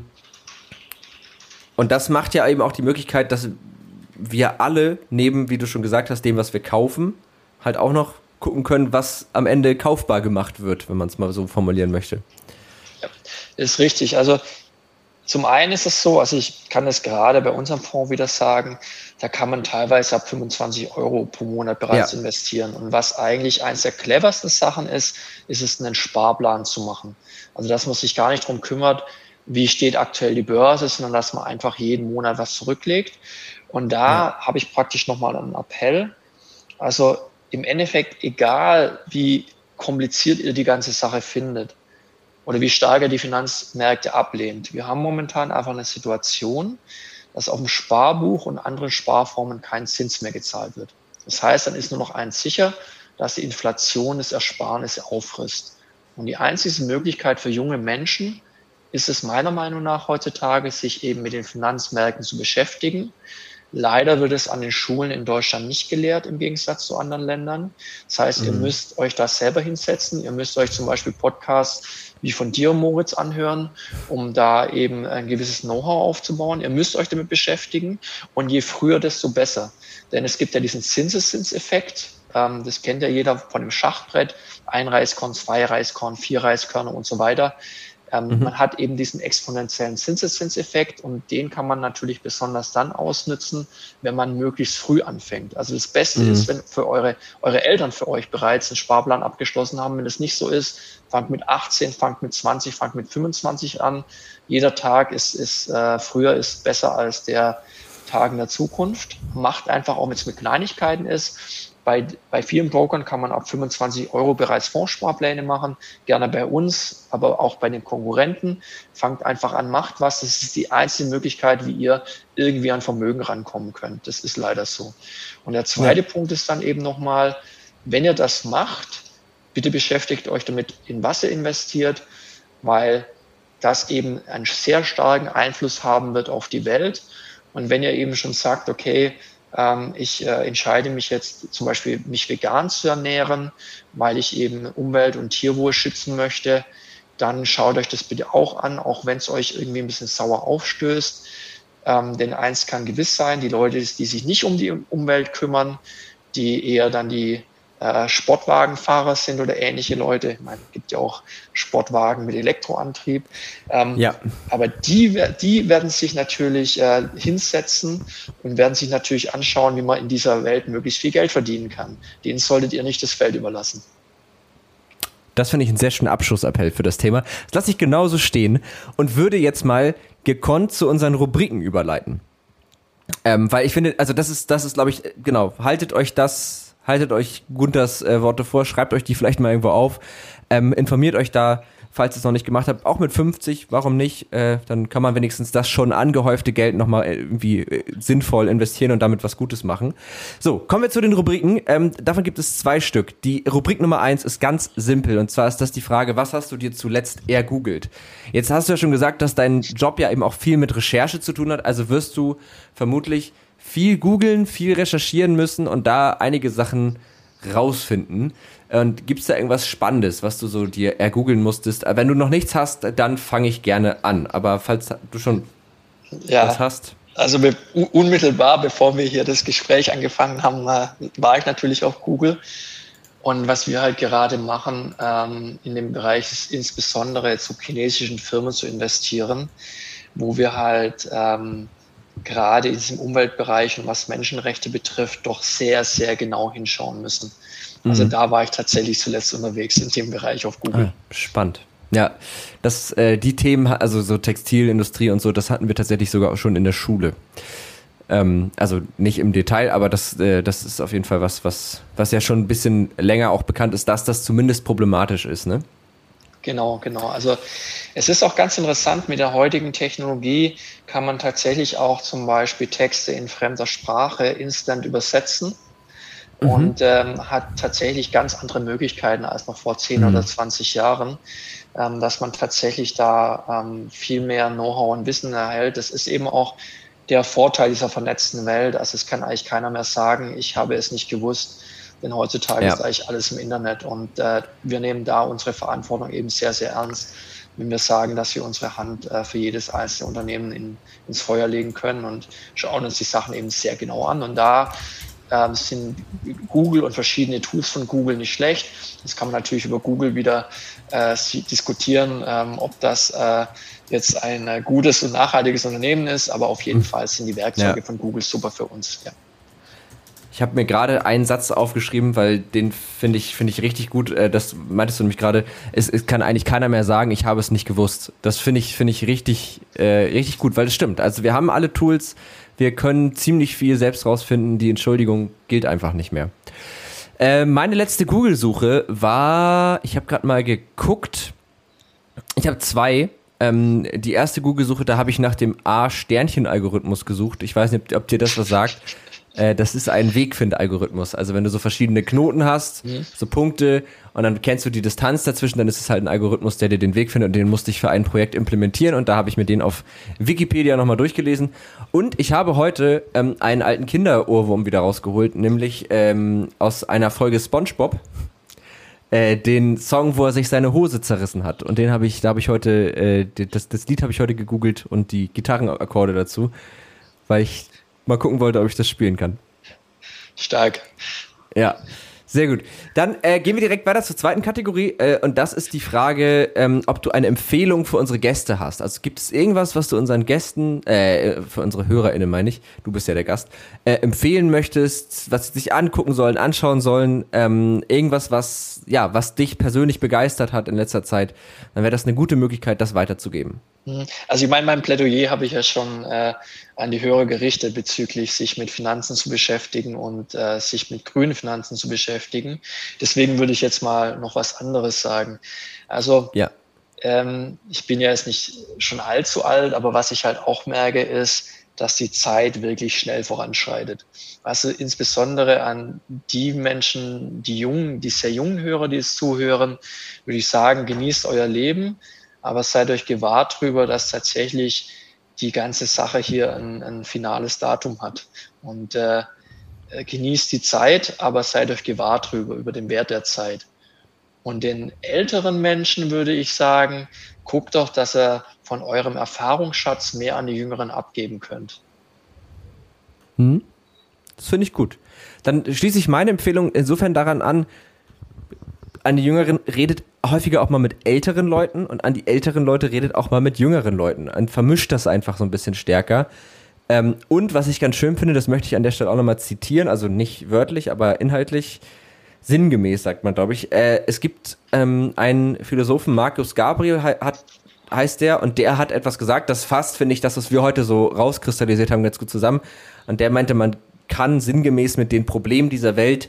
das macht ja eben auch die Möglichkeit, dass wir alle neben, wie du schon gesagt hast, dem, was wir kaufen, halt auch noch gucken können, was am Ende kaufbar gemacht wird, wenn man es mal so formulieren möchte. Ja, ist richtig. Also zum einen ist es so, also ich kann es gerade bei unserem Fonds wieder sagen, da kann man teilweise ab 25 € pro Monat bereits investieren. Und was eigentlich eines der cleversten Sachen ist, ist es, einen Sparplan zu machen. Also dass man sich gar nicht darum kümmert, wie steht aktuell die Börse, sondern dass man einfach jeden Monat was zurücklegt. Und da habe ich praktisch nochmal einen Appell. Also im Endeffekt, egal wie kompliziert ihr die ganze Sache findet oder wie stark ihr die Finanzmärkte ablehnt, wir haben momentan einfach eine Situation, dass auf dem Sparbuch und anderen Sparformen kein Zins mehr gezahlt wird. Das heißt, dann ist nur noch eins sicher, dass die Inflation das Ersparnisse auffrisst. Und die einzige Möglichkeit für junge Menschen ist es meiner Meinung nach heutzutage, sich eben mit den Finanzmärkten zu beschäftigen. Leider wird es an den Schulen in Deutschland nicht gelehrt, im Gegensatz zu anderen Ländern. Das heißt, ihr müsst euch das selber hinsetzen. Ihr müsst euch zum Beispiel Podcasts wie von dir, Moritz, anhören, um da eben ein gewisses Know-how aufzubauen. Ihr müsst euch damit beschäftigen und je früher, desto besser. Denn es gibt ja diesen Zinseszinseffekt. Das kennt ja jeder von dem Schachbrett. 1 Reiskorn, 2 Reiskorn, 4 Reiskörner und so weiter. Man hat eben diesen exponentiellen Zinseszinseffekt und den kann man natürlich besonders dann ausnutzen, wenn man möglichst früh anfängt. Also das Beste ist, wenn für eure Eltern für euch bereits einen Sparplan abgeschlossen haben. Wenn es nicht so ist, fangt mit 18, fangt mit 20, fangt mit 25 an. Jeder Tag früher ist besser als der Tag in der Zukunft. Macht einfach auch, wenn es mit Kleinigkeiten ist. Bei vielen Brokern kann man ab 25 € bereits Fondssparpläne machen, gerne bei uns, aber auch bei den Konkurrenten. Fangt einfach an, macht was. Das ist die einzige Möglichkeit, wie ihr irgendwie an Vermögen rankommen könnt. Das ist leider so. Und der zweite Punkt ist dann eben nochmal, wenn ihr das macht, bitte beschäftigt euch damit, in was ihr investiert, weil das eben einen sehr starken Einfluss haben wird auf die Welt. Und wenn ihr eben schon sagt, okay, ich entscheide mich jetzt zum Beispiel, mich vegan zu ernähren, weil ich eben Umwelt- und Tierwohl schützen möchte, dann schaut euch das bitte auch an, auch wenn es euch irgendwie ein bisschen sauer aufstößt. Denn eins kann gewiss sein, die Leute, die sich nicht um die Umwelt kümmern, die eher dann die Sportwagenfahrer sind oder ähnliche Leute. Ich meine, es gibt ja auch Sportwagen mit Elektroantrieb. Aber die werden sich natürlich hinsetzen und werden sich natürlich anschauen, wie man in dieser Welt möglichst viel Geld verdienen kann. Denen solltet ihr nicht das Feld überlassen. Das finde ich einen sehr schönen Abschlussappell für das Thema. Das lasse ich genauso stehen und würde jetzt mal gekonnt zu unseren Rubriken überleiten. Weil ich finde, also das ist, glaube ich, genau, haltet euch Gunthers Worte vor, schreibt euch die vielleicht mal irgendwo auf, informiert euch da, falls ihr es noch nicht gemacht habt, auch mit 50, warum nicht, dann kann man wenigstens das schon angehäufte Geld nochmal irgendwie sinnvoll investieren und damit was Gutes machen. So, kommen wir zu den Rubriken, davon gibt es 2 Stück. Die Rubrik Nummer 1 ist ganz simpel und zwar ist das die Frage, was hast du dir zuletzt ergoogelt? Jetzt hast du ja schon gesagt, dass dein Job ja eben auch viel mit Recherche zu tun hat, also wirst du vermutlich viel googeln, viel recherchieren müssen und da einige Sachen rausfinden. Und gibt's da irgendwas Spannendes, was du so dir ergoogeln musstest? Wenn du noch nichts hast, dann fange ich gerne an. Aber falls du schon was hast. Also unmittelbar, bevor wir hier das Gespräch angefangen haben, war ich natürlich auf Google. Und was wir halt gerade machen in dem Bereich ist insbesondere zu chinesischen Firmen zu investieren, wo wir halt gerade in diesem Umweltbereich und was Menschenrechte betrifft, doch sehr, sehr genau hinschauen müssen. Also da war ich tatsächlich zuletzt unterwegs in dem Bereich auf Google. Spannend. Ja, die Themen, also so Textilindustrie und so, das hatten wir tatsächlich sogar auch schon in der Schule. Also nicht im Detail, aber das ist auf jeden Fall was ja schon ein bisschen länger auch bekannt ist, dass das zumindest problematisch ist, ne? Genau. Also es ist auch ganz interessant, mit der heutigen Technologie kann man tatsächlich auch zum Beispiel Texte in fremder Sprache instant übersetzen und hat tatsächlich ganz andere Möglichkeiten als noch vor 10 oder 20 Jahren, dass man tatsächlich da viel mehr Know-how und Wissen erhält. Das ist eben auch der Vorteil dieser vernetzten Welt. Also es kann eigentlich keiner mehr sagen, ich habe es nicht gewusst. Denn heutzutage ist eigentlich alles im Internet und wir nehmen da unsere Verantwortung eben sehr, sehr ernst, wenn wir sagen, dass wir unsere Hand für jedes einzelne Unternehmen ins Feuer legen können und schauen uns die Sachen eben sehr genau an. Und da sind Google und verschiedene Tools von Google nicht schlecht. Das kann man natürlich über Google wieder diskutieren, ob das jetzt ein gutes und nachhaltiges Unternehmen ist, aber auf jeden Fall sind die Werkzeuge von Google super für uns. Ja. Ich habe mir gerade einen Satz aufgeschrieben, weil den finde ich richtig gut. Das meintest du nämlich gerade. Es kann eigentlich keiner mehr sagen, ich habe es nicht gewusst. Das finde ich richtig gut, weil es stimmt. Also wir haben alle Tools, wir können ziemlich viel selbst rausfinden. Die Entschuldigung gilt einfach nicht mehr. Meine letzte Google-Suche war, ich habe gerade mal geguckt. Ich habe 2. Die erste Google-Suche, da habe ich nach dem A-Sternchen-Algorithmus gesucht. Ich weiß nicht, ob dir das was sagt. Das ist ein Wegfind-Algorithmus. Also wenn du so verschiedene Knoten hast, so Punkte, und dann kennst du die Distanz dazwischen, dann ist es halt ein Algorithmus, der dir den Weg findet und den musste ich für ein Projekt implementieren und da habe ich mir den auf Wikipedia nochmal durchgelesen. Und ich habe heute einen alten Kinderohrwurm wieder rausgeholt, nämlich aus einer Folge SpongeBob. Den Song, wo er sich seine Hose zerrissen hat. Und da habe ich heute, das Lied habe ich heute gegoogelt und die Gitarrenakkorde dazu, weil ich mal gucken wollte, ob ich das spielen kann. Stark. Ja, sehr gut. Dann gehen wir direkt weiter zur zweiten Kategorie und das ist die Frage, ob du eine Empfehlung für unsere Gäste hast. Also gibt es irgendwas, was du unseren Gästen, für unsere HörerInnen meine ich, du bist ja der Gast, empfehlen möchtest, was sie sich angucken sollen, anschauen sollen, irgendwas, was dich persönlich begeistert hat in letzter Zeit, dann wäre das eine gute Möglichkeit, das weiterzugeben. Also ich meine, mein Plädoyer habe ich ja schon an die Hörer gerichtet bezüglich sich mit Finanzen zu beschäftigen und sich mit grünen Finanzen zu beschäftigen. Deswegen würde ich jetzt mal noch was anderes sagen. Also Ja. ich bin ja jetzt nicht schon allzu alt, aber was ich halt auch merke, ist, dass die Zeit wirklich schnell voranschreitet. Also insbesondere an die Menschen, die sehr jungen Hörer, die es zuhören, würde ich sagen, genießt euer Leben, aber seid euch gewahrt darüber, dass tatsächlich die ganze Sache hier ein finales Datum hat. Und genießt die Zeit, aber seid euch gewahrt darüber, über den Wert der Zeit. Und den älteren Menschen würde ich sagen, guckt doch, dass ihr von eurem Erfahrungsschatz mehr an die Jüngeren abgeben könnt. Das finde ich gut. Dann schließe ich meine Empfehlung insofern daran an die Jüngeren, redet häufiger auch mal mit älteren Leuten und an die älteren Leute redet auch mal mit jüngeren Leuten und vermischt das einfach so ein bisschen stärker. Und was ich ganz schön finde, das möchte ich an der Stelle auch nochmal zitieren, also nicht wörtlich, aber inhaltlich, sinngemäß, sagt man, glaube ich. Es gibt einen Philosophen, Marcus Gabriel heißt der, und der hat etwas gesagt, das fasst, finde ich, das, was wir heute so rauskristallisiert haben, ganz gut zusammen. Und der meinte, man kann sinngemäß mit den Problemen dieser Welt,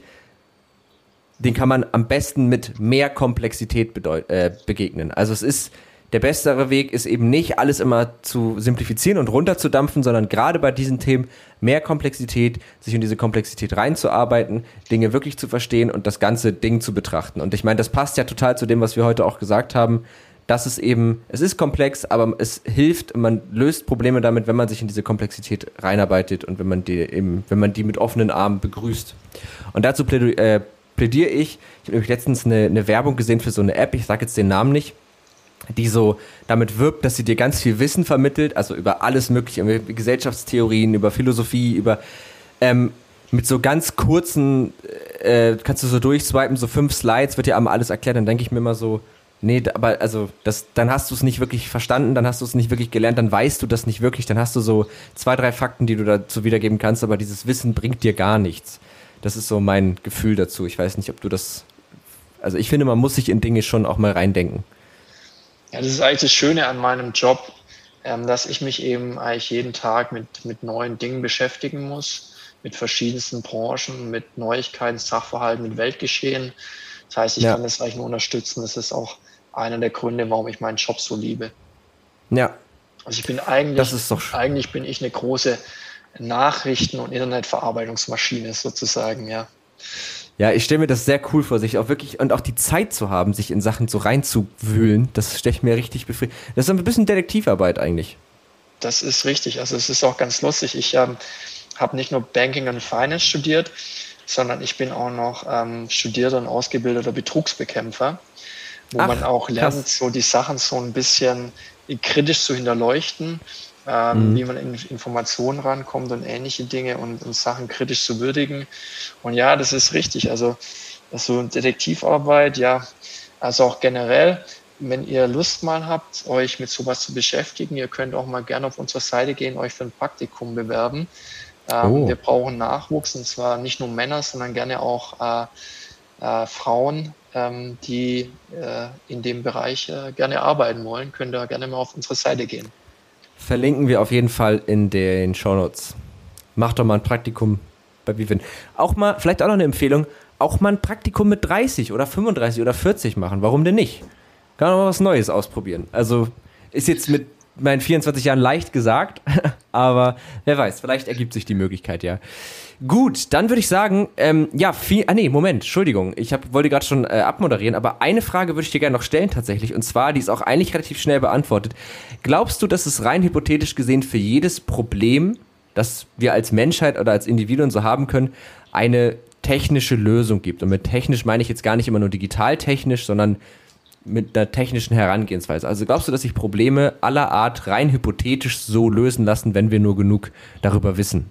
den kann man am besten mit mehr Komplexität begegnen. Also es ist, der bessere Weg ist eben nicht, alles immer zu simplifizieren und runterzudampfen, sondern gerade bei diesen Themen mehr Komplexität, sich in diese Komplexität reinzuarbeiten, Dinge wirklich zu verstehen und das ganze Ding zu betrachten. Und ich meine, das passt ja total zu dem, was wir heute auch gesagt haben, dass es eben, es ist komplex, aber es hilft, man löst Probleme damit, wenn man sich in diese Komplexität reinarbeitet und wenn man die mit offenen Armen begrüßt. Und dazu plädiere ich. Ich habe nämlich letztens eine Werbung gesehen für so eine App, ich sage jetzt den Namen nicht, die so damit wirbt, dass sie dir ganz viel Wissen vermittelt, also über alles Mögliche, über Gesellschaftstheorien, über Philosophie, über mit so ganz kurzen, kannst du so durchswipen, so 5 Slides, wird dir einmal alles erklärt, dann denke ich mir immer so, nee, aber also dann hast du es nicht wirklich verstanden, dann hast du es nicht wirklich gelernt, dann weißt du das nicht wirklich, dann hast du so 2, 3 Fakten, die du dazu wiedergeben kannst, aber dieses Wissen bringt dir gar nichts. Das ist so mein Gefühl dazu. Ich weiß nicht, ob du das, also ich finde, man muss sich in Dinge schon auch mal reindenken. Ja, das ist eigentlich das Schöne an meinem Job, dass ich mich eben eigentlich jeden Tag mit neuen Dingen beschäftigen muss, mit verschiedensten Branchen, mit Neuigkeiten, Sachverhalten, mit Weltgeschehen. Das heißt, ich kann das eigentlich nur unterstützen. Das ist auch einer der Gründe, warum ich meinen Job so liebe. Ja. Also ich bin eigentlich bin ich eine große Nachrichten- und Internetverarbeitungsmaschine sozusagen, ja. Ja, ich stelle mir das sehr cool vor, sich auch wirklich und auch die Zeit zu haben, sich in Sachen so reinzuwühlen, das stelle ich mir richtig befriedigend. Das ist ein bisschen Detektivarbeit eigentlich. Das ist richtig. Also es ist auch ganz lustig. Ich habe nicht nur Banking und Finance studiert, sondern ich bin auch noch studierter und ausgebildeter Betrugsbekämpfer, wo man auch lernt, so die Sachen so ein bisschen kritisch zu hinterleuchten, wie man in Informationen rankommt und ähnliche Dinge und Sachen kritisch zu würdigen. Und ja, das ist richtig. Also Detektivarbeit, ja, also auch generell, wenn ihr Lust mal habt, euch mit sowas zu beschäftigen, ihr könnt auch mal gerne auf unsere Seite gehen, euch für ein Praktikum bewerben. Wir brauchen Nachwuchs, und zwar nicht nur Männer, sondern gerne auch Frauen, die in dem Bereich gerne arbeiten wollen. Könnt ihr gerne mal auf unsere Seite gehen. Verlinken wir auf jeden Fall in den Shownotes. Macht doch mal ein Praktikum bei Vivint. Auch mal, vielleicht auch noch eine Empfehlung, auch mal ein Praktikum mit 30 oder 35 oder 40 machen. Warum denn nicht? Kann man mal was Neues ausprobieren. Also ist jetzt mit meinen 24 Jahren leicht gesagt, aber wer weiß, vielleicht ergibt sich die Möglichkeit, ja. Gut, dann würde ich sagen, Entschuldigung, wollte gerade schon abmoderieren, aber eine Frage würde ich dir gerne noch stellen tatsächlich, und zwar, die ist auch eigentlich relativ schnell beantwortet. Glaubst du, dass es rein hypothetisch gesehen für jedes Problem, das wir als Menschheit oder als Individuen so haben können, eine technische Lösung gibt? Und mit technisch meine ich jetzt gar nicht immer nur digital-technisch, sondern mit einer technischen Herangehensweise. Also glaubst du, dass sich Probleme aller Art rein hypothetisch so lösen lassen, wenn wir nur genug darüber wissen?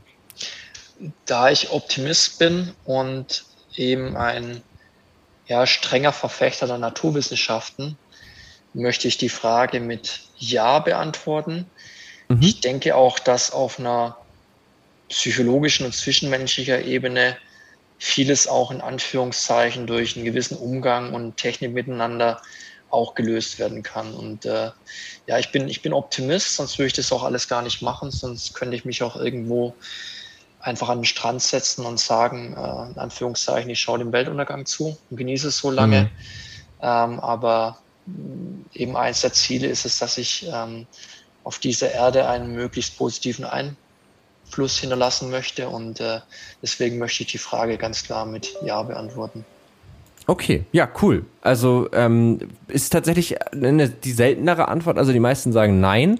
Da ich Optimist bin und eben ein strenger Verfechter der Naturwissenschaften, möchte ich die Frage mit Ja beantworten. Ich denke auch, dass auf einer psychologischen und zwischenmenschlicher Ebene vieles auch in Anführungszeichen durch einen gewissen Umgang und Technik miteinander auch gelöst werden kann. Und ich bin Optimist, sonst würde ich das auch alles gar nicht machen, sonst könnte ich mich auch irgendwo einfach an den Strand setzen und sagen, in Anführungszeichen, ich schaue dem Weltuntergang zu und genieße es so lange. Aber eben eins der Ziele ist es, dass ich auf dieser Erde einen möglichst positiven Einfluss hinterlassen möchte. Und deswegen möchte ich die Frage ganz klar mit Ja beantworten. Okay, ja, cool. Also ist tatsächlich die seltenere Antwort. Also die meisten sagen Nein.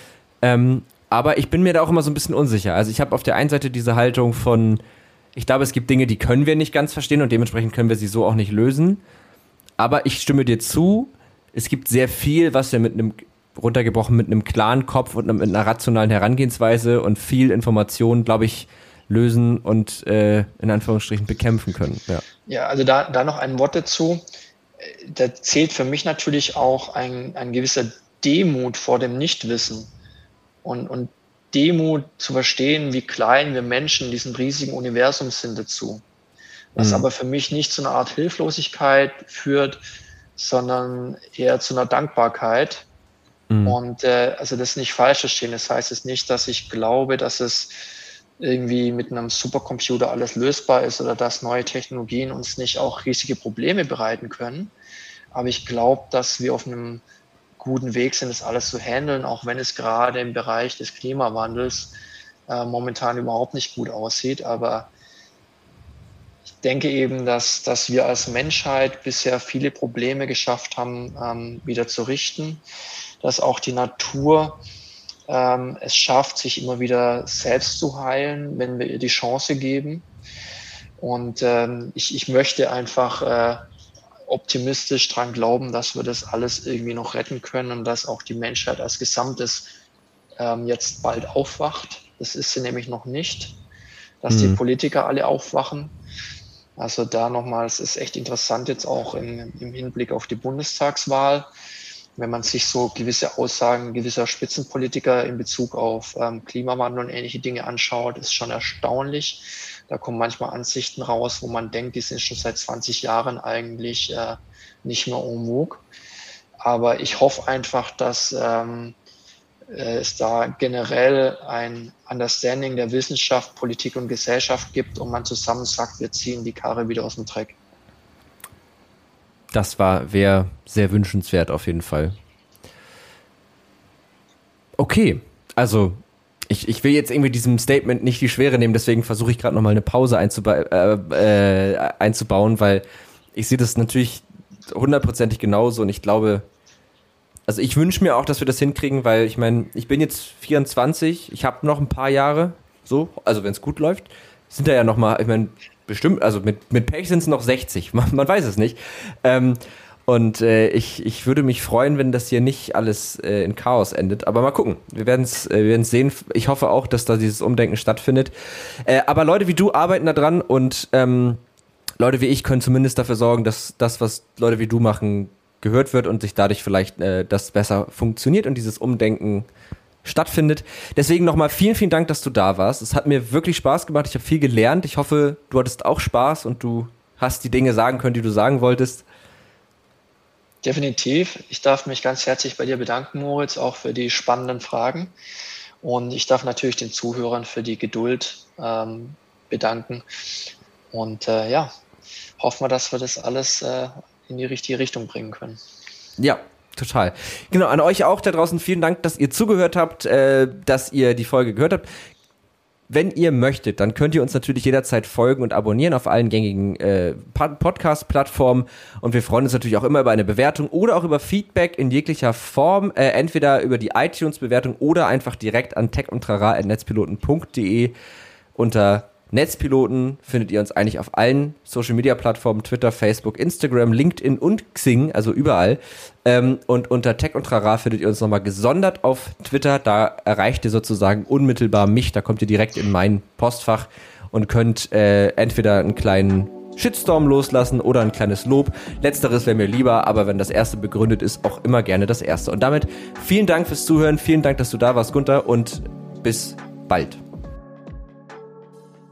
Aber ich bin mir da auch immer so ein bisschen unsicher. Also ich habe auf der einen Seite diese Haltung von, ich glaube, es gibt Dinge, die können wir nicht ganz verstehen und dementsprechend können wir sie so auch nicht lösen. Aber ich stimme dir zu, es gibt sehr viel, was wir mit einem klaren Kopf und mit einer rationalen Herangehensweise und viel Information, glaube ich, lösen und in Anführungsstrichen bekämpfen können. Ja, also da noch ein Wort dazu. Da zählt für mich natürlich auch ein gewisser Demut vor dem Nichtwissen. Und Demut zu verstehen, wie klein wir Menschen in diesem riesigen Universum sind dazu. Was aber für mich nicht zu einer Art Hilflosigkeit führt, sondern eher zu einer Dankbarkeit. Und also das nicht falsch verstehen. Das heißt es nicht, dass ich glaube, dass es irgendwie mit einem Supercomputer alles lösbar ist oder dass neue Technologien uns nicht auch riesige Probleme bereiten können. Aber ich glaube, dass wir auf einem guten Weg sind, das alles zu handeln, auch wenn es gerade im Bereich des Klimawandels momentan überhaupt nicht gut aussieht. Aber ich denke eben, dass wir als Menschheit bisher viele Probleme geschafft haben, wieder zu richten, dass auch die Natur es schafft, sich immer wieder selbst zu heilen, wenn wir ihr die Chance geben. Und ich möchte einfach optimistisch dran glauben, dass wir das alles irgendwie noch retten können und dass auch die Menschheit als Gesamtes jetzt bald aufwacht. Das ist sie nämlich noch nicht, dass die Politiker alle aufwachen. Also da nochmal, es ist echt interessant jetzt auch im Hinblick auf die Bundestagswahl, wenn man sich so gewisse Aussagen gewisser Spitzenpolitiker in Bezug auf Klimawandel und ähnliche Dinge anschaut, ist schon erstaunlich. Da kommen manchmal Ansichten raus, wo man denkt, die sind schon seit 20 Jahren eigentlich nicht mehr en vogue. Aber ich hoffe einfach, dass es da generell ein Understanding der Wissenschaft, Politik und Gesellschaft gibt und man zusammen sagt, wir ziehen die Karre wieder aus dem Dreck. Das wäre sehr wünschenswert auf jeden Fall. Okay, also ich will jetzt irgendwie diesem Statement nicht die Schwere nehmen, deswegen versuche ich gerade nochmal eine Pause einzubauen, weil ich sehe das natürlich 100%ig genauso und ich glaube, also ich wünsche mir auch, dass wir das hinkriegen, weil ich meine, ich bin jetzt 24, ich habe noch ein paar Jahre, so, also wenn es gut läuft, sind da ja nochmal, ich meine, bestimmt, also mit Pech sind es noch 60, man weiß es nicht. Und ich würde mich freuen, wenn das hier nicht alles in Chaos endet. Aber mal gucken, wir werden es sehen. Ich hoffe auch, dass da dieses Umdenken stattfindet. Aber Leute wie du arbeiten da dran und Leute wie ich können zumindest dafür sorgen, dass das, was Leute wie du machen, gehört wird und sich dadurch vielleicht das besser funktioniert und dieses Umdenken stattfindet. Deswegen nochmal vielen, vielen Dank, dass du da warst. Es hat mir wirklich Spaß gemacht. Ich habe viel gelernt. Ich hoffe, du hattest auch Spaß und du hast die Dinge sagen können, die du sagen wolltest. Definitiv. Ich darf mich ganz herzlich bei dir bedanken, Moritz, auch für die spannenden Fragen. Und ich darf natürlich den Zuhörern für die Geduld bedanken. Und hoffen wir, dass wir das alles in die richtige Richtung bringen können. Ja, total. Genau, an euch auch da draußen vielen Dank, dass ihr zugehört habt, dass ihr die Folge gehört habt. Wenn ihr möchtet, dann könnt ihr uns natürlich jederzeit folgen und abonnieren auf allen gängigen Podcast-Plattformen und wir freuen uns natürlich auch immer über eine Bewertung oder auch über Feedback in jeglicher Form, entweder über die iTunes-Bewertung oder einfach direkt an techundtrara@netzpiloten.de. Unter Netzpiloten findet ihr uns eigentlich auf allen Social-Media-Plattformen, Twitter, Facebook, Instagram, LinkedIn und Xing, also überall. Und unter Tech und Trara findet ihr uns nochmal gesondert auf Twitter. Da erreicht ihr sozusagen unmittelbar mich. Da kommt ihr direkt in mein Postfach und könnt entweder einen kleinen Shitstorm loslassen oder ein kleines Lob. Letzteres wäre mir lieber, aber wenn das Erste begründet ist, auch immer gerne das Erste. Und damit vielen Dank fürs Zuhören. Vielen Dank, dass du da warst, Gunther, und bis bald.